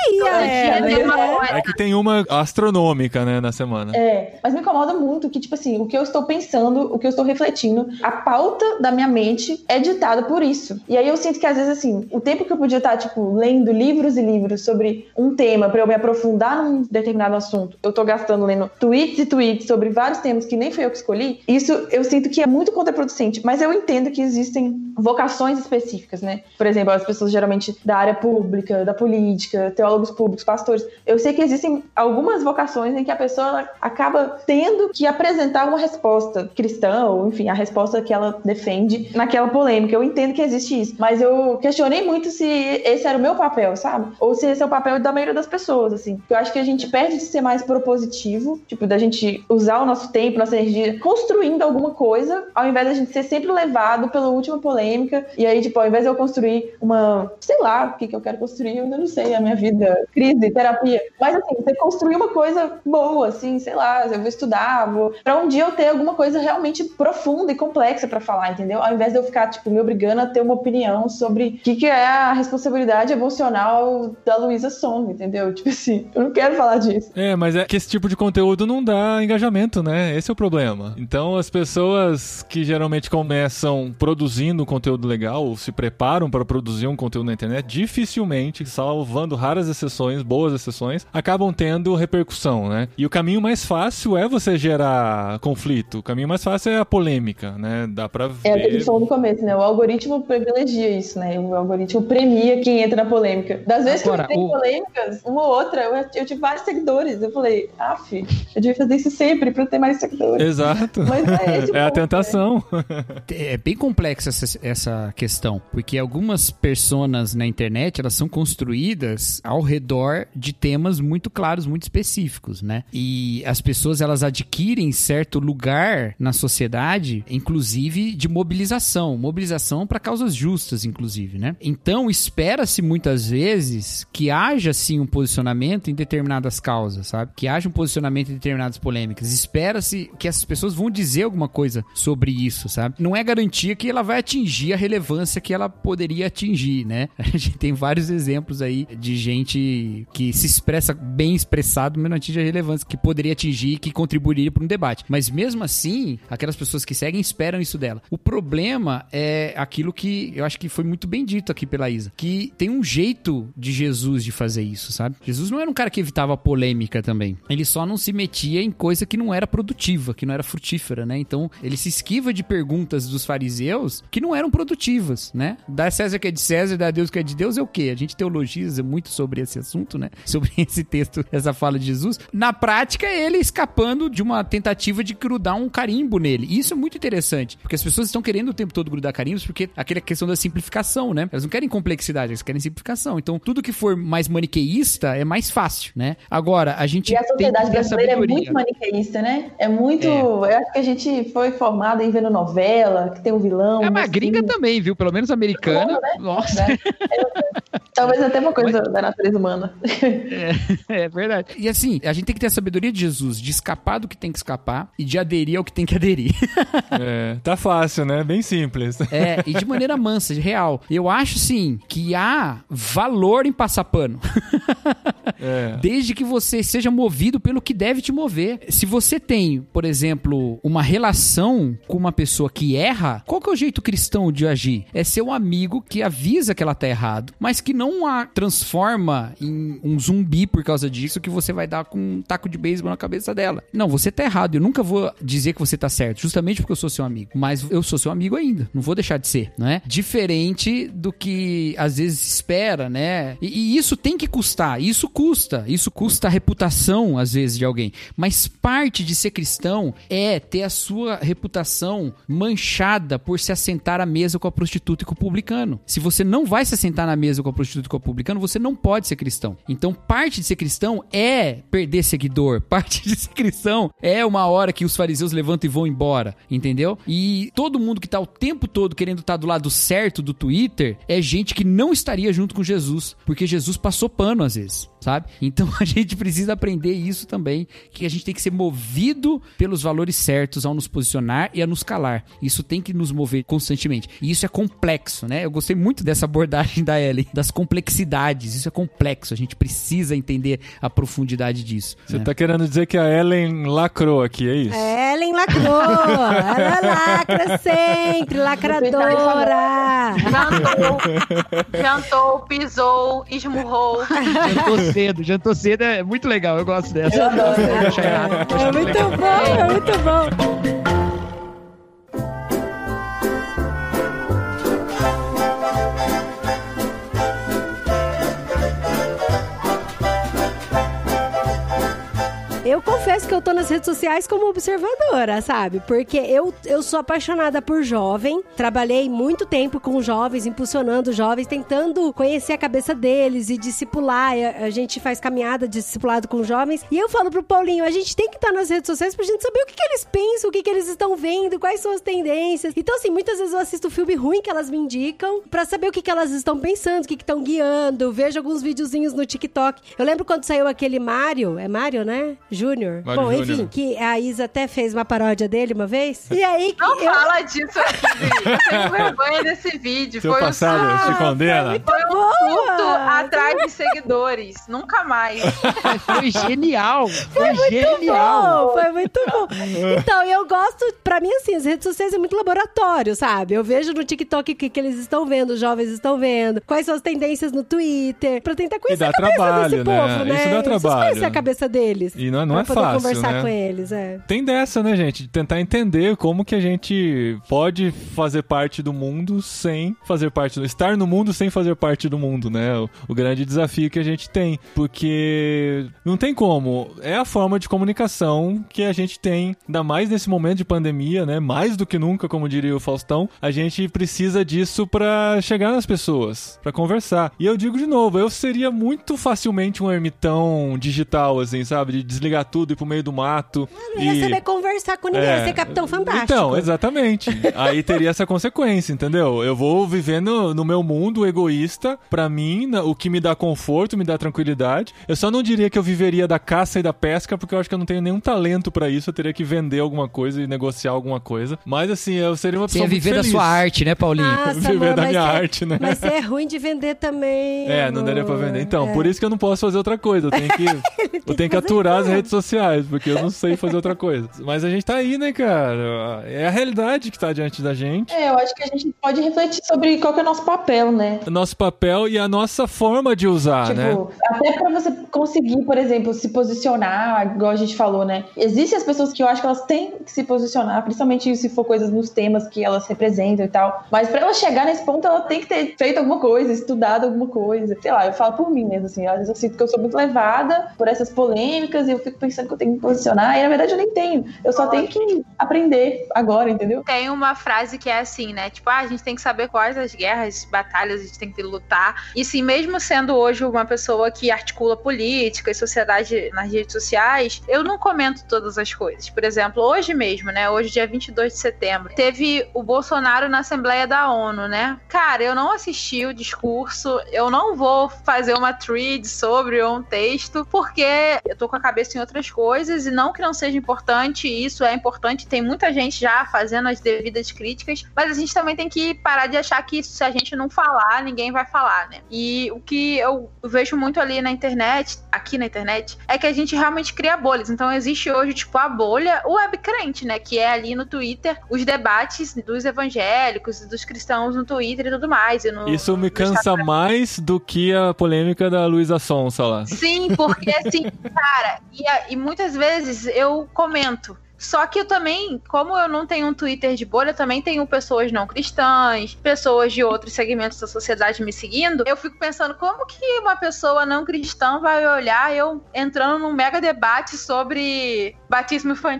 É que tem uma astronômica, né, na semana. Mas me incomoda muito que, tipo assim, o que eu estou pensando, o que eu estou refletindo, a pauta da minha mente é ditada por isso. E aí eu sinto que, às vezes, assim, o tempo que eu podia estar, tipo, lendo livros e livros sobre um tema pra eu me aprofundar num determinado assunto, eu tô gastando lendo tweets e tweets sobre vários temas que nem fui eu que escolhi, isso eu sinto que é muito contraproducente. Mas eu entendo que existem vocações específicas, né? Por exemplo, as pessoas geralmente da área pública, da política, teólogos públicos, pastores. Eu sei que existem algumas vocações em que a pessoa acaba tendo que apresentar uma resposta cristã, ou enfim, a resposta que ela defende naquela polêmica. Eu entendo que existe isso, mas eu questionei muito se esse era o meu papel, sabe? Ou se esse é o papel da maioria das pessoas, assim. Eu acho que a gente perde de ser mais propositivo, tipo, da gente usar o nosso tempo, nossa energia, construindo alguma coisa, ao invés da gente ser sempre levado pela última polêmica, e aí, tipo, ao invés de eu construir uma, sei lá, o que eu quero construir, eu ainda não sei, a minha vida, crise, terapia, mas assim, você construir uma coisa boa, assim, sei lá, eu vou estudar, pra um dia eu ter alguma coisa realmente profunda e complexa pra falar, entendeu? Ao invés de eu ficar, tipo, me obrigando a ter uma opinião sobre o que é a responsabilidade emocional da Luísa Sonza, entendeu? Tipo assim, eu não quero falar disso. Mas é que esse tipo de conteúdo não dá engajamento, né? Esse é o problema. Então, as pessoas que geralmente começam produzindo conteúdo legal, ou se preparam para produzir um conteúdo na internet, dificilmente, salvando raras exceções, boas exceções, acabam tendo repercussão, né? E o caminho mais fácil é você gerar conflito. O caminho mais fácil é a polêmica, né? Dá pra ver... É o que a gente falou no começo, né? O algoritmo privilegia isso, né? O algoritmo premia quem entra na polêmica. Das vezes que eu entrei em polêmicas, uma ou outra, eu tive vários seguidores. Eu falei, eu devia fazer isso sempre pra ter mais seguidores. Exato. Mas é a tentação. É bem complexa essa questão, porque algumas personas na internet, elas são construídas ao redor de temas muito claros, muito específicos, né? E as pessoas, elas adquirem certo lugar na sociedade, inclusive de mobilização para causas justas, inclusive, né? Então, espera-se muitas vezes que haja, sim, um posicionamento em determinadas causas, sabe? Que haja um posicionamento em determinadas polêmicas. Espera-se que essas pessoas vão dizer alguma coisa sobre isso, sabe? Não é garantia que ela vai atingir a relevância que ela poderia atingir, né? A gente tem vários exemplos aí de gente que se expressa bem expressado, mas não atinge a relevância que poderia atingir, que contribuiria para um debate. Mas mesmo assim, aquelas pessoas que seguem esperam isso dela. O problema é aquilo que eu acho que foi muito bem dito aqui pela Isa, que tem um jeito de Jesus de fazer isso, sabe? Jesus não era um cara que evitava polêmica também. Ele só não se metia em coisa que não era produtiva, que não era frutífera, né? Então, ele se esquiva de perguntas dos fariseus que não eram produtivas, né? Dá César que é de César, dá Deus que é de Deus é o quê? A gente teologiza muito sobre esse assunto, né? Sobre esse texto, essa fala de Jesus. Na prática, ele escapando de uma tentativa de grudar um carimbo nele. E isso é muito interessante, porque as pessoas estão querendo o tempo todo grudar carimbos, porque aquela questão da simplificação, né? Elas não querem complexidade, elas querem simplificação. Então, tudo que for mais maniqueísta é mais fácil, né? Agora, a gente e a sociedade brasileira é muito maniqueísta, né? É muito... Eu acho que a gente foi formado em vendo novela, que tem um vilão. É, mas gringa também, viu? Pelo menos americana. Né? Nossa. Talvez até uma coisa da natureza humana. É verdade. E assim, a gente tem que ter a sabedoria de Jesus, de escapar do que tem que escapar e de aderir ao que tem que aderir. Tá fácil, né? Bem simples. E de maneira mansa, de real. Eu acho, sim, que há valor em passar pano. Desde que você seja movido pelo que deve te mover. Se você tem, por exemplo, uma relação com uma pessoa que erra, qual que é o jeito cristão de agir? É ser um amigo que avisa que ela tá errado, mas que não a transforma em um zumbi por causa disso, que você vai dar com um taco de beisebol na cabeça dela. Não, você tá errado. Eu nunca vou dizer que você tá certo, justamente porque eu sou seu amigo. Mas eu sou seu amigo ainda. Não vou deixar de ser, não é? Diferente do que às vezes espera, né? E isso tem que custar. Isso custa a reputação, às vezes, de alguém. Mas parte de ser cristão é ter a sua reputação manchada por se assentar à mesa com a prostituta e com o publicano. Se você não vai se assentar na mesa com a prostituta e com o publicano, você não pode ser cristão. Então, parte de ser cristão é perder seguidor. Parte de ser cristão é uma hora que que os fariseus levantam e vão embora, entendeu? E todo mundo que tá o tempo todo querendo estar do lado certo do Twitter é gente que não estaria junto com Jesus, porque Jesus passou pano às vezes, sabe? Então a gente precisa aprender isso também, que a gente tem que ser movido pelos valores certos ao nos posicionar e a nos calar. Isso tem que nos mover constantemente. E isso é complexo, né? Eu gostei muito dessa abordagem da Ellen, das complexidades. Isso é complexo, a gente precisa entender a profundidade disso. Você tá querendo dizer que a Ellen lacrou aqui, é isso? Ellen lacrou. Ela lacra sempre, lacradora. Jantou, pisou, esmurrou. Jantou cedo é muito legal, eu gosto dessa. Eu adoro. É muito bom, é muito bom. Eu confesso que eu tô nas redes sociais como observadora, sabe? Porque eu sou apaixonada por jovem, trabalhei muito tempo com jovens, impulsionando jovens, tentando conhecer a cabeça deles e discipular. A gente faz caminhada de discipulado com jovens. E eu falo pro Paulinho, a gente tem que estar nas redes sociais pra gente saber o que eles pensam, o que eles estão vendo, quais são as tendências. Então, assim, muitas vezes eu assisto filme ruim que elas me indicam pra saber o que elas estão pensando, o que estão guiando. Vejo alguns videozinhos no TikTok. Eu lembro quando saiu aquele Mário, é Mário, né? Júnior. Bom, enfim, Júnior. Que a Isa até fez uma paródia dele uma vez. E aí... Não fala disso aqui, eu tenho vergonha desse vídeo. Seu passado te condena? Foi um surto atrás de seguidores. Nunca mais. Foi genial. Foi Bom, foi muito bom. Então, eu gosto, pra mim, assim, as redes sociais é muito laboratório, sabe? Eu vejo no TikTok o que eles estão vendo, os jovens estão vendo, quais são as tendências no Twitter, pra tentar conhecer a cabeça trabalho, desse né? povo, né? Isso dá trabalho. Conhecer a cabeça deles. E não é pra poder fácil, conversar né? com eles, Tem dessa, né, gente? De tentar entender como que a gente pode fazer parte do mundo sem fazer parte do... Estar no mundo sem fazer parte do mundo, né? O grande desafio que a gente tem. Porque não tem como. É a forma de comunicação que a gente tem, ainda mais nesse momento de pandemia, né? Mais do que nunca, como diria o Faustão, a gente precisa disso pra chegar nas pessoas, pra conversar. E eu digo de novo, eu seria muito facilmente um ermitão digital, assim, sabe? De desligar tudo e ir pro meio do mato. Não ia saber conversar com ninguém, ia ser Capitão Fantástico. Então, exatamente. Aí teria essa consequência, entendeu? Eu vou vivendo no meu mundo egoísta, pra mim, o que me dá conforto, me dá tranquilidade. Eu só não diria que eu viveria da caça e da pesca, porque eu acho que eu não tenho nenhum talento pra isso. Eu teria que vender alguma coisa e negociar alguma coisa. Mas assim, eu seria uma pessoa muito feliz. Você ia viver da sua arte, né, Paulinho? Nossa, viver da minha arte, né? Mas é ruim de vender também. Não daria pra vender. Então, por isso que eu não posso fazer outra coisa. Eu tenho que aturar as redes sociais, porque eu não sei fazer outra coisa. Mas a gente tá aí, né, cara? É a realidade que tá diante da gente. Eu acho que a gente pode refletir sobre qual que é o nosso papel, né? O nosso papel e a nossa forma de usar, né? Até pra você conseguir, por exemplo, se posicionar, igual a gente falou, né? Existem as pessoas que eu acho que elas têm que se posicionar, principalmente se for coisas nos temas que elas representam e tal. Mas pra ela chegar nesse ponto, ela tem que ter feito alguma coisa, estudado alguma coisa. Sei lá, eu falo por mim mesmo, assim. Às vezes eu sinto que eu sou muito levada por essas polêmicas e eu fico pensando que eu tenho que me posicionar. E na verdade eu nem tenho. Eu só tenho que aprender agora, entendeu? Tem uma frase que é assim, né? Tipo, a gente tem que saber quais as guerras, batalhas a gente tem que lutar. E sim, mesmo sendo hoje uma pessoa que articula política e sociedade nas redes sociais, eu não comento todas as coisas. Por exemplo, hoje mesmo, né? Hoje, dia 22 de setembro, teve o Bolsonaro na Assembleia da ONU, né? Cara, eu não assisti o discurso, eu não vou fazer uma thread sobre um texto, porque eu tô com a cabeça em outras coisas, e não que não seja importante, isso é importante, tem muita gente já fazendo as devidas críticas, mas a gente também tem que parar de achar que se a gente não falar, ninguém vai falar, né? E o que eu vejo muito ali na internet, aqui na internet, é que a gente realmente cria bolhas. Então existe hoje, tipo, a bolha web crente, né? Que é ali no Twitter, os debates dos evangélicos e dos cristãos no Twitter e tudo mais. Isso me cansa mais do que a polêmica da Luísa Sonsa lá. Sim, porque assim, cara, e muitas vezes eu comento. Só que eu também, como eu não tenho um Twitter de bolha, eu também tenho pessoas não cristãs, pessoas de outros segmentos da sociedade me seguindo. Eu fico pensando, como que uma pessoa não cristã vai olhar eu entrando num mega debate sobre batismo infantil?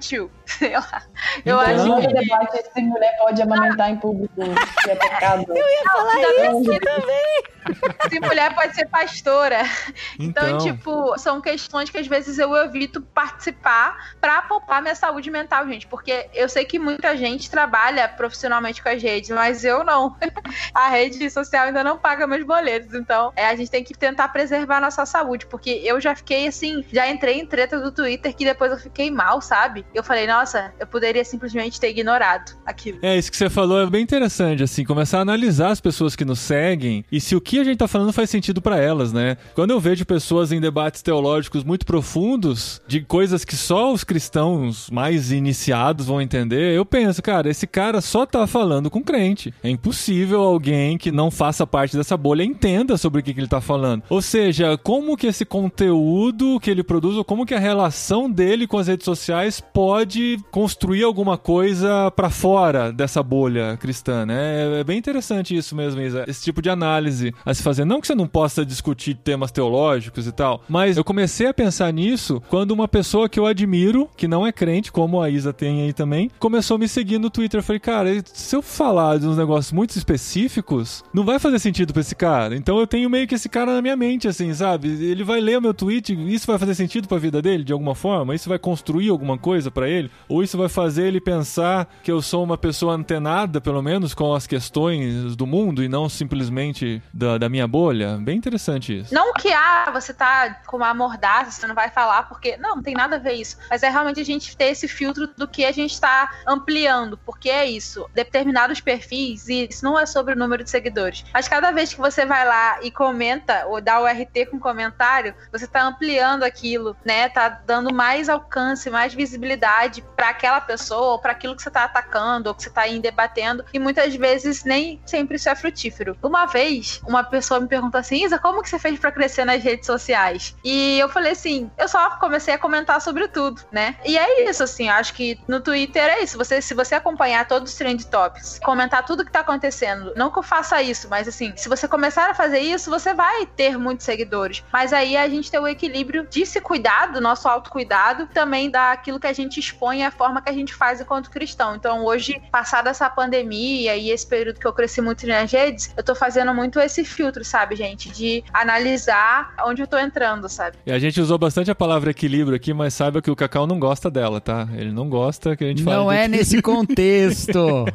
Sei lá. Então- Eu acho Hoje o que... debate se mulher pode amamentar em público, se é pecado. Eu ia falar isso também. Se mulher pode ser pastora. Então, Então. tipo, são questões que às vezes eu evito participar pra poupar minha saúde mental, gente. Porque eu sei que muita gente trabalha profissionalmente com as redes, mas eu não. A rede social ainda não paga meus boletos. Então, a gente tem que tentar preservar a nossa saúde. Porque eu já fiquei assim, já entrei em treta do Twitter que depois eu fiquei mal, sabe? Eu falei, nossa, eu poderia simplesmente ter ignorado aquilo. Isso que você falou é bem interessante, assim, começar a analisar as pessoas que nos seguem e se o que a gente tá falando faz sentido pra elas, né? Quando eu vejo pessoas em debates teológicos muito profundos, de coisas que só os cristãos mais iniciados vão entender, eu penso, cara, esse cara só tá falando com crente. É impossível alguém que não faça parte dessa bolha entenda sobre o que ele tá falando. Ou seja, como que esse conteúdo que ele produz, ou como que a relação dele com as redes sociais pode construir alguma coisa pra fora dessa bolha cristã, né? É bem interessante isso mesmo, Isa. Esse tipo de análise a se fazer. Não que você não possa discutir temas teológicos e tal, mas eu comecei a pensar nisso quando uma pessoa que eu admiro, que não é crente, como a Isa tem aí também, começou a me seguir no Twitter. Eu falei, cara, se eu falar de uns negócios muito específicos, não vai fazer sentido pra esse cara. Então eu tenho meio que esse cara na minha mente, assim, sabe? Ele vai ler o meu tweet, isso vai fazer sentido pra vida dele, de alguma forma? Isso vai construir alguma coisa pra ele? Ou isso vai fazer ele pensar que eu sou uma pessoa antenada, pelo menos, com as questões do mundo e não simplesmente da minha bolha? Bem interessante isso. Não que, você tá com uma mordaça, você não vai falar, porque... Não tem nada a ver isso. Mas é realmente a gente ter esse filtro do que a gente tá ampliando, porque é isso. Determinados perfis, e isso não é sobre o número de seguidores, mas cada vez que você vai lá e comenta, ou dá o RT com comentário, você tá ampliando aquilo, né? Tá dando mais alcance, mais visibilidade pra aquela pessoa, ou pra aquilo que você tá atacando, ou que você tá aí debatendo, e muitas vezes nem sempre isso é frutífero. Uma vez, uma pessoa me perguntou assim, Isa, como que você fez pra crescer nas redes sociais? E eu falei assim, eu só comecei a comentar sobre tudo, né? E é isso, assim, eu acho que no Twitter é isso, se você acompanhar todos os trend topics, comentar tudo que tá acontecendo, não que eu faça isso, mas assim, se você começar a fazer isso, você vai ter muitos seguidores. Mas aí a gente tem o equilíbrio de se cuidar, do nosso autocuidado, também daquilo que a gente expõe e a forma que a gente faz enquanto cristão. Então hoje, passada essa pandemia e esse período que eu cresci muito nas redes, eu tô fazendo muito esse filtro, sabe, gente? De analisar onde eu tô entrando, sabe? E a gente usou bastante a palavra equilíbrio aqui, mas saiba que o Cacau não gosta dela, tá? Ele não gosta que a gente fale. Não é nesse contexto.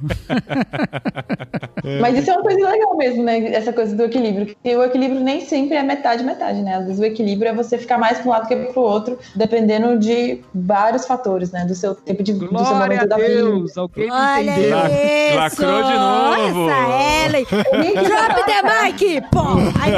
Mas isso é uma coisa legal mesmo, né? Essa coisa do equilíbrio. Porque o equilíbrio nem sempre é metade, né? Às vezes o equilíbrio é você ficar mais para um lado que para o outro, dependendo de vários fatores, né? Do seu tempo de do seu momento da vida. Alguém me Olha entendeu. isso! Lacrou de novo! Essa Ellen! Drop the mic! Pô! Aí,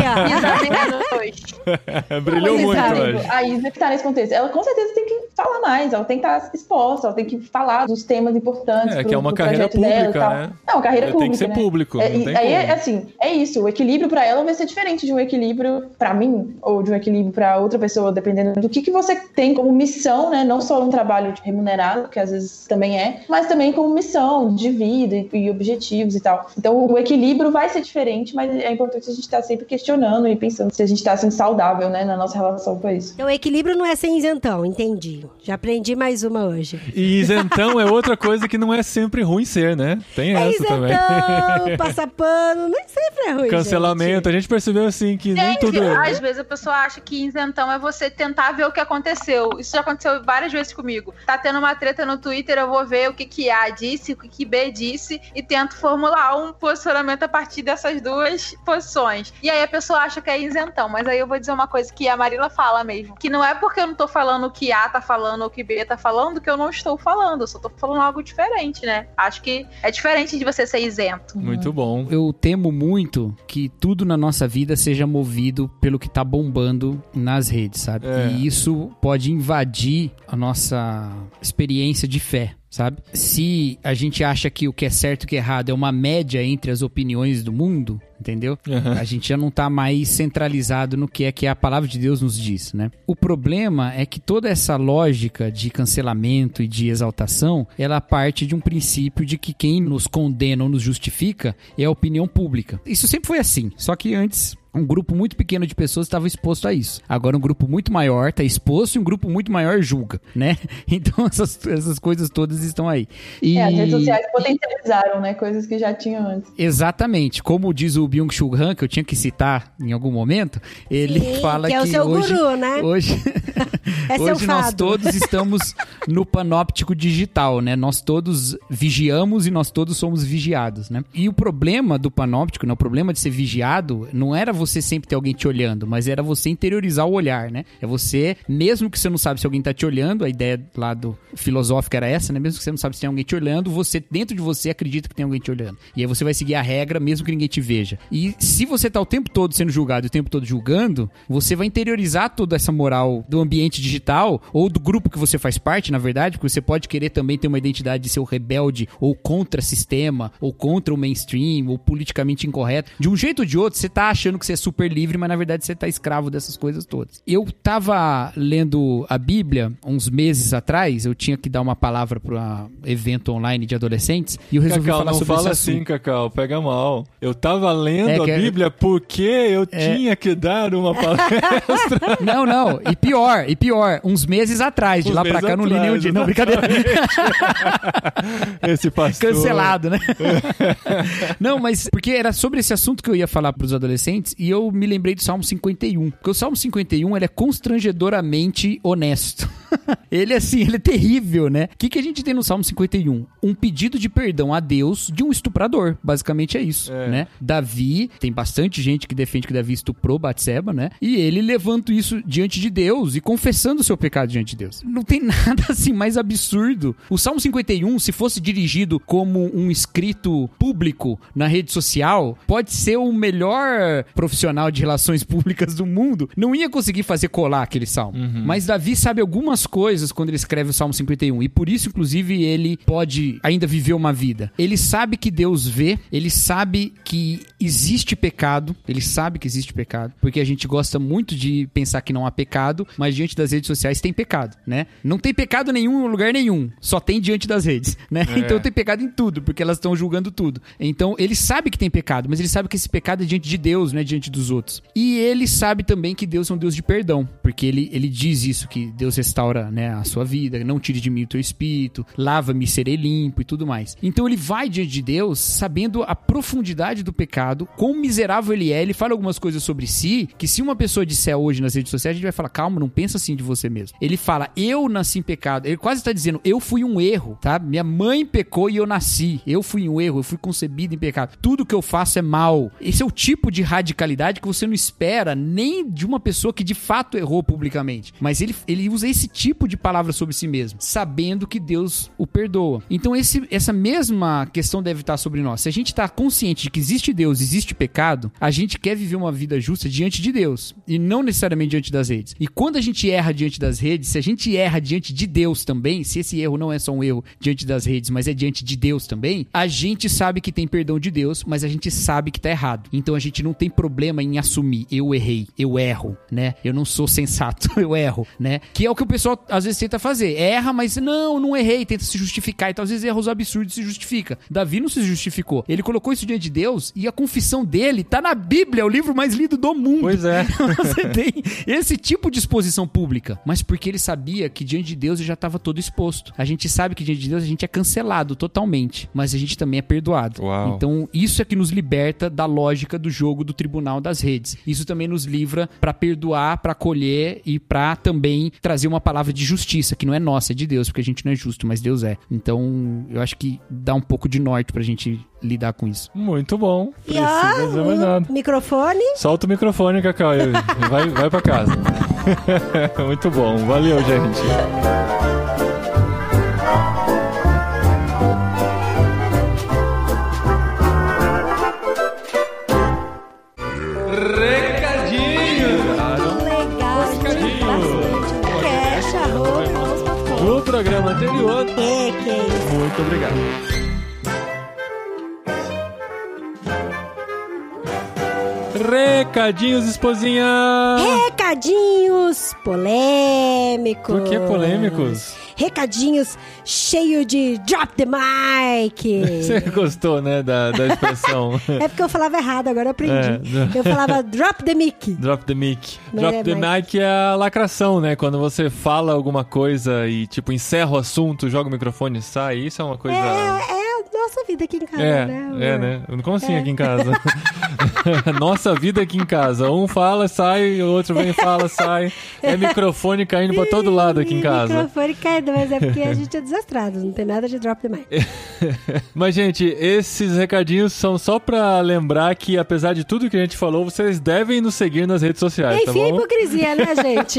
ó. Brilhou Mas, muito sabe, hoje. a Isa que tá nesse contexto, ela com certeza tem que falar mais, ela tem que estar exposta, ela tem que falar dos temas importantes Que é uma carreira pública, né? É uma carreira pública, Tem que ser né? público, não tem Aí como. assim, é isso, o equilíbrio pra ela vai ser diferente de um equilíbrio pra mim, ou de um equilíbrio pra outra pessoa, dependendo do que você tem como missão, né? Não só um trabalho remunerado, que às vezes também mas também como missão de vida e objetivos e tal. Então o equilíbrio vai ser diferente, mas é importante a gente estar sempre questionando e pensando se a gente está sendo saudável, né, na nossa relação com isso. Então, o equilíbrio não é ser isentão, entendi. Já aprendi mais uma hoje. E isentão é outra coisa que não é sempre ruim ser, né? Tem essa isentão, também. passa pano, nem sempre é ruim, Cancelamento. A gente percebeu assim que nem Gente, tudo... às vezes a pessoa acha que isentão é você tentar ver o que aconteceu. Isso já aconteceu várias vezes comigo. Tá tendo uma treta no Twitter, eu vou ver o que A disse, o que B disse e tento formular um posicionamento a partir dessas duas posições. E aí a pessoa acha que é isentão, mas aí eu vou dizer uma coisa que a Marila fala mesmo, que não é porque eu não tô falando o que A tá falando ou o que B tá falando que eu não estou falando, eu só tô falando algo diferente, né? Acho que é diferente de você ser isento. Muito bom. Eu temo muito que tudo na nossa vida seja movido pelo que tá bombando nas redes, sabe? E isso pode invadir a nossa experiência de fé, sabe? Se a gente acha que o que é certo e o que é errado é uma média entre as opiniões do mundo, entendeu? A gente já não tá mais centralizado no que é a palavra de Deus nos diz, né? O problema é que toda essa lógica de cancelamento e de exaltação, ela parte de um princípio de que quem nos condena ou nos justifica é a opinião pública. Isso sempre foi assim, só que antes um grupo muito pequeno de pessoas estava exposto a isso. Agora um grupo muito maior está exposto e um grupo muito maior julga, né? Então essas coisas todas estão aí. As redes sociais potencializaram, né? Coisas que já tinham antes. Exatamente. Como diz o Byung-Chul Han, que eu tinha que citar em algum momento, ele fala que é o seu hoje, guru, né? Hoje nós todos estamos no panóptico digital, né? Nós todos vigiamos e nós todos somos vigiados, né? E o problema do panóptico, né? O problema de ser vigiado não era você sempre ter alguém te olhando, mas era você interiorizar o olhar, né? É você, mesmo que você não sabe se alguém tá te olhando, a ideia lá do filosófico era essa, né? Mesmo que você não sabe se tem alguém te olhando, você, dentro de você, acredita que tem alguém te olhando. E aí você vai seguir a regra, mesmo que ninguém te veja. E se você tá o tempo todo sendo julgado e o tempo todo julgando, você vai interiorizar toda essa moral do ambiente digital, ou do grupo que você faz parte, na verdade, porque você pode querer também ter uma identidade de ser o rebelde, ou contra sistema, ou contra o mainstream, ou politicamente incorreto. De um jeito ou de outro, você tá achando que você é super livre, mas na verdade você tá escravo dessas coisas todas. Eu tava lendo a Bíblia uns meses atrás, eu tinha que dar uma palavra para um evento online de adolescentes, e eu resolvi falar sobre esse assunto. Não fala assim, Cacau, pega mal. Eu tava lendo a Bíblia porque eu tinha que dar uma palestra. Não, e pior, uns meses atrás, de lá pra cá não li nenhum dia. Não, brincadeira. Esse pastor. Cancelado, né? Não, mas porque era sobre esse assunto que eu ia falar pros adolescentes, e eu me lembrei do Salmo 51. Porque o Salmo 51, ele é constrangedoramente honesto. Ele, assim, ele é terrível, né? O que a gente tem no Salmo 51? Um pedido de perdão a Deus de um estuprador. Basicamente é isso, né? Davi, tem bastante gente que defende que Davi estuprou Batseba, né? E ele levanta isso diante de Deus e confessando o seu pecado diante de Deus. Não tem nada, assim, mais absurdo. O Salmo 51, se fosse dirigido como um escrito público na rede social, pode ser o melhor profissional de relações públicas do mundo. Não ia conseguir fazer colar aquele salmo. Mas Davi sabe algumas coisas quando ele escreve o Salmo 51. E por isso, inclusive, ele pode ainda viver uma vida. Ele sabe que Deus vê, ele sabe que existe pecado, porque a gente gosta muito de pensar que não há pecado, mas diante das redes sociais tem pecado, né? Não tem pecado nenhum em lugar nenhum, só tem diante das redes, né? Então tem pecado em tudo, porque elas estão julgando tudo. Então ele sabe que tem pecado, mas ele sabe que esse pecado é diante de Deus, não é diante dos outros. E ele sabe também que Deus é um Deus de perdão, porque ele diz isso, que Deus restaura, né, a sua vida, não tire de mim o teu espírito, lava-me, serei limpo e tudo mais. Então ele vai diante de Deus sabendo a profundidade do pecado, quão miserável ele é. Ele fala algumas coisas sobre si, que se uma pessoa disser hoje nas redes sociais, a gente vai falar, calma, não pensa assim de você mesmo. Ele fala, eu nasci em pecado. Ele quase está dizendo, eu fui um erro, tá? Minha mãe pecou e eu nasci. Eu fui um erro, eu fui concebido em pecado. Tudo que eu faço é mal. Esse é o tipo de radicalidade que você não espera nem de uma pessoa que de fato errou publicamente. Mas ele usa esse tipo de palavra sobre si mesmo, sabendo que Deus o perdoa. Então essa mesma questão deve estar sobre nós. Se a gente está consciente de que existe Deus, existe pecado, a gente quer viver uma vida justa diante de Deus e não necessariamente diante das redes. E quando a gente erra diante das redes, se a gente erra diante de Deus também, se esse erro não é só um erro diante das redes, mas é diante de Deus também, a gente sabe que tem perdão de Deus, mas a gente sabe que tá errado. Então a gente não tem problema em assumir, eu errei, eu erro, né? Eu não sou sensato, eu erro, né? Que é o que o pessoal às vezes tenta fazer. Erra, mas não errei, tenta se justificar. Então às vezes erros absurdos se justifica. Davi não se justificou. Ele colocou isso diante de Deus e a confissão dele tá na Bíblia, o livro mais lido do mundo. Pois é. Você tem esse tipo de exposição pública, mas porque ele sabia que diante de Deus ele já estava todo exposto. A gente sabe que diante de Deus a gente é cancelado totalmente, mas a gente também é perdoado. Uau. Então isso é que nos liberta da lógica do jogo do tribunal das redes. Isso também nos livra para perdoar, para acolher e para também trazer uma palavra de justiça, que não é nossa, é de Deus, porque a gente não é justo, mas Deus é. Então eu acho que dá um pouco de norte pra gente lidar com isso. Muito bom. E Precisa dizer mais nada. Microfone. Solta o microfone, Cacau. Vai pra casa. Muito bom. Valeu, gente. No programa anterior. Muito obrigado. Recadinhos, esposinha! Recadinhos polêmicos. Por que polêmicos? recadinhos cheio de drop the mic. Você gostou, né, da expressão? É porque eu falava errado, agora eu aprendi. Eu falava drop the mic. Drop the mic. Não Drop é the mic é a lacração, né? Quando você fala alguma coisa e, tipo, encerra o assunto, joga o microfone e sai. Isso é uma coisa... É a nossa vida aqui em casa, né? né? Como assim aqui em casa? Nossa vida aqui em casa. Um fala, sai, o outro vem e fala, sai. É microfone caindo pra todo lado aqui em casa. Microfone caindo, mas é porque a gente é desastrado. Não tem nada de drop the mic. Mas, gente, esses recadinhos são só pra lembrar que, apesar de tudo que a gente falou, vocês devem nos seguir nas redes sociais, Enfim, tá bom? hipocrisia, né, gente?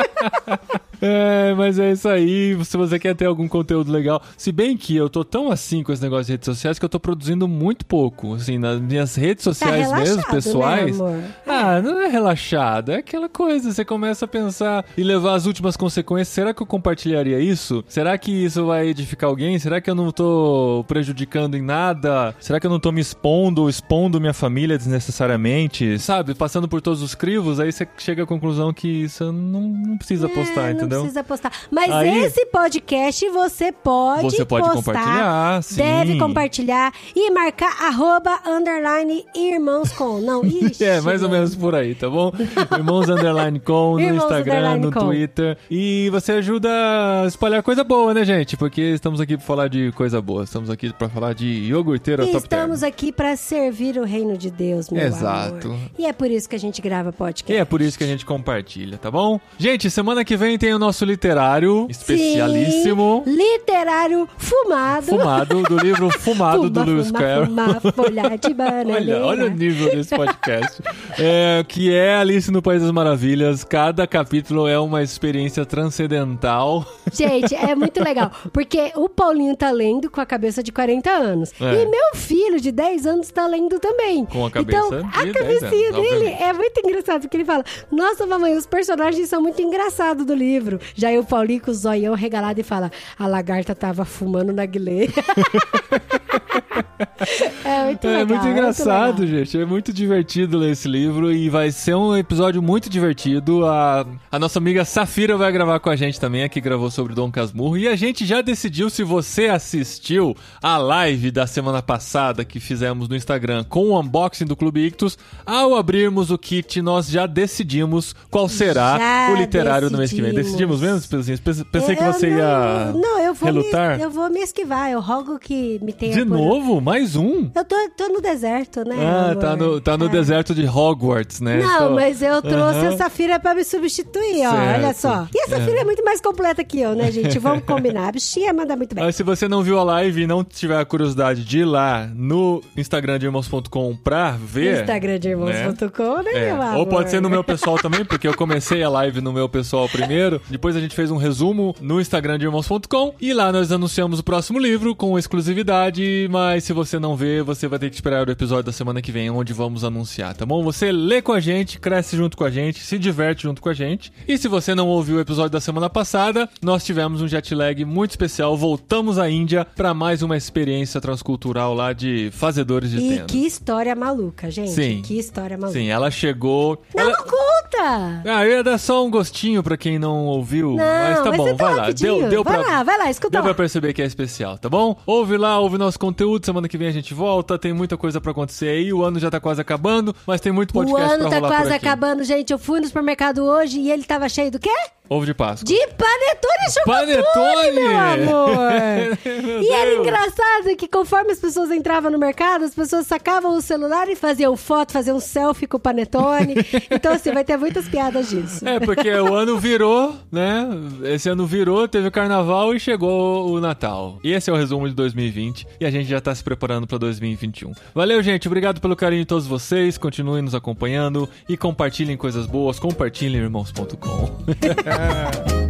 Mas é isso aí. Se você quer ter algum conteúdo legal, se bem que eu tô tão assim com esse negócio de redes sociais que eu tô produzindo muito pouco, assim, nas minhas redes sociais mesmo, pessoais. Né, não é relaxado, é aquela coisa, você começa a pensar e levar as últimas consequências. Será que eu compartilharia isso? Será que isso vai edificar alguém? Será que eu não tô prejudicando em nada? Será que eu não tô me expondo minha família desnecessariamente? Sabe? Passando por todos os crivos, aí você chega à conclusão que isso não precisa postar, entendeu? Não precisa postar. Mas aí, esse podcast você pode postar, compartilhar, sim. Deve compartilhar e marcar @_irmãos_com. Não, ixi. Mais ou menos por aí, tá bom? Irmãos_com no Instagram, no Twitter. E você ajuda a espalhar coisa boa, né, gente? Porque estamos aqui pra falar de coisa boa. Estamos aqui pra falar de iogurteira top term. Estamos aqui pra servir o reino de Deus, meu Exato. amor. E é por isso que a gente grava podcast. E é por isso que a gente compartilha, tá bom? Gente, semana que vem tem o nosso literário especialíssimo. Sim, literário fumado. Do livro Fumado, do Lewis Carroll. Folha de bananeira. Olha o nível desse podcast. Que é Alice no País das Maravilhas. Cada capítulo é uma experiência transcendental. Gente, é muito legal. Porque o Paulinho tá lendo com a cabeça de 40 anos. E meu filho de 10 anos tá lendo também. Com a cabeça então, de a cabecinha 10 anos, dele é muito engraçado. Porque ele fala, nossa, mamãe, os personagens são muito engraçados do livro. Já o Paulinho com o zoião regalado e fala, a lagarta tava fumando na guilê. É muito legal. É muito engraçado, gente. É muito divertido ler esse livro e vai ser um episódio muito divertido. A nossa amiga Safira vai gravar com a gente também, a que gravou sobre Dom Casmurro. E a gente já decidiu, se você assistiu a live da semana passada que fizemos no Instagram com o unboxing do Clube Ictus, ao abrirmos o kit, nós já decidimos qual será o literário do mês que vem. Decidimos mesmo, Pezinho? Pensei que você ia relutar. Eu vou me esquivar. Eu rogo que me tenha... De novo? Mais um? Eu tô no deserto, né? Tá no deserto de Hogwarts, né? Não, mas eu trouxe a Safira pra me substituir, ó. Certo. Olha só. E a Safira é muito mais completa que eu, né, gente? Vamos combinar. A bichinha manda muito bem. Mas se você não viu a live e não tiver a curiosidade de ir lá no Instagram de irmãos.com pra ver... Instagram de irmãos.com, né, meu amor? Ou pode ser no meu pessoal também, porque eu comecei a live no meu pessoal primeiro. Depois a gente fez um resumo no Instagram de irmãos.com e lá nós anunciamos o próximo livro com exclusividade, mas se você não vê, você vai ter que esperar o episódio da semana que vem, onde vamos anunciar, tá bom? Você lê com a gente, cresce junto com a gente, se diverte junto com a gente. E se você não ouviu o episódio da semana passada, nós tivemos um jet lag muito especial, voltamos à Índia pra mais uma experiência transcultural lá de fazedores de tenda. E que história maluca, gente. Sim. Que história maluca. Sim, ela chegou... Não conta! Eu ia dar só um gostinho pra quem não ouviu, mas tá bom, vai lá. Vai lá, escuta Deu lá. pra perceber que é especial, tá bom? Ouve lá, ouve nosso conteúdo, semana que vem a gente volta, tem muita coisa pra acontecer aí, o ano já tá quase acabando, mas tem muito podcast pra rolar por aqui. O ano tá quase acabando, gente. Eu fui no supermercado hoje e ele tava cheio do quê? Ovo de Páscoa. De panetone e chocotone, meu amor! E era engraçado que conforme as pessoas entravam no mercado, as pessoas sacavam o celular e faziam foto, faziam selfie com o panetone. Então, assim, vai ter muitas piadas disso. Porque o ano virou, né? Esse ano virou, teve o carnaval e chegou o Natal. E esse é o resumo de 2020 e a gente já tá se preparando pra 2021. Valeu, gente. Obrigado pelo carinho de todos vocês. Continuem nos acompanhando e compartilhem coisas boas. Compartilhem irmãos.com.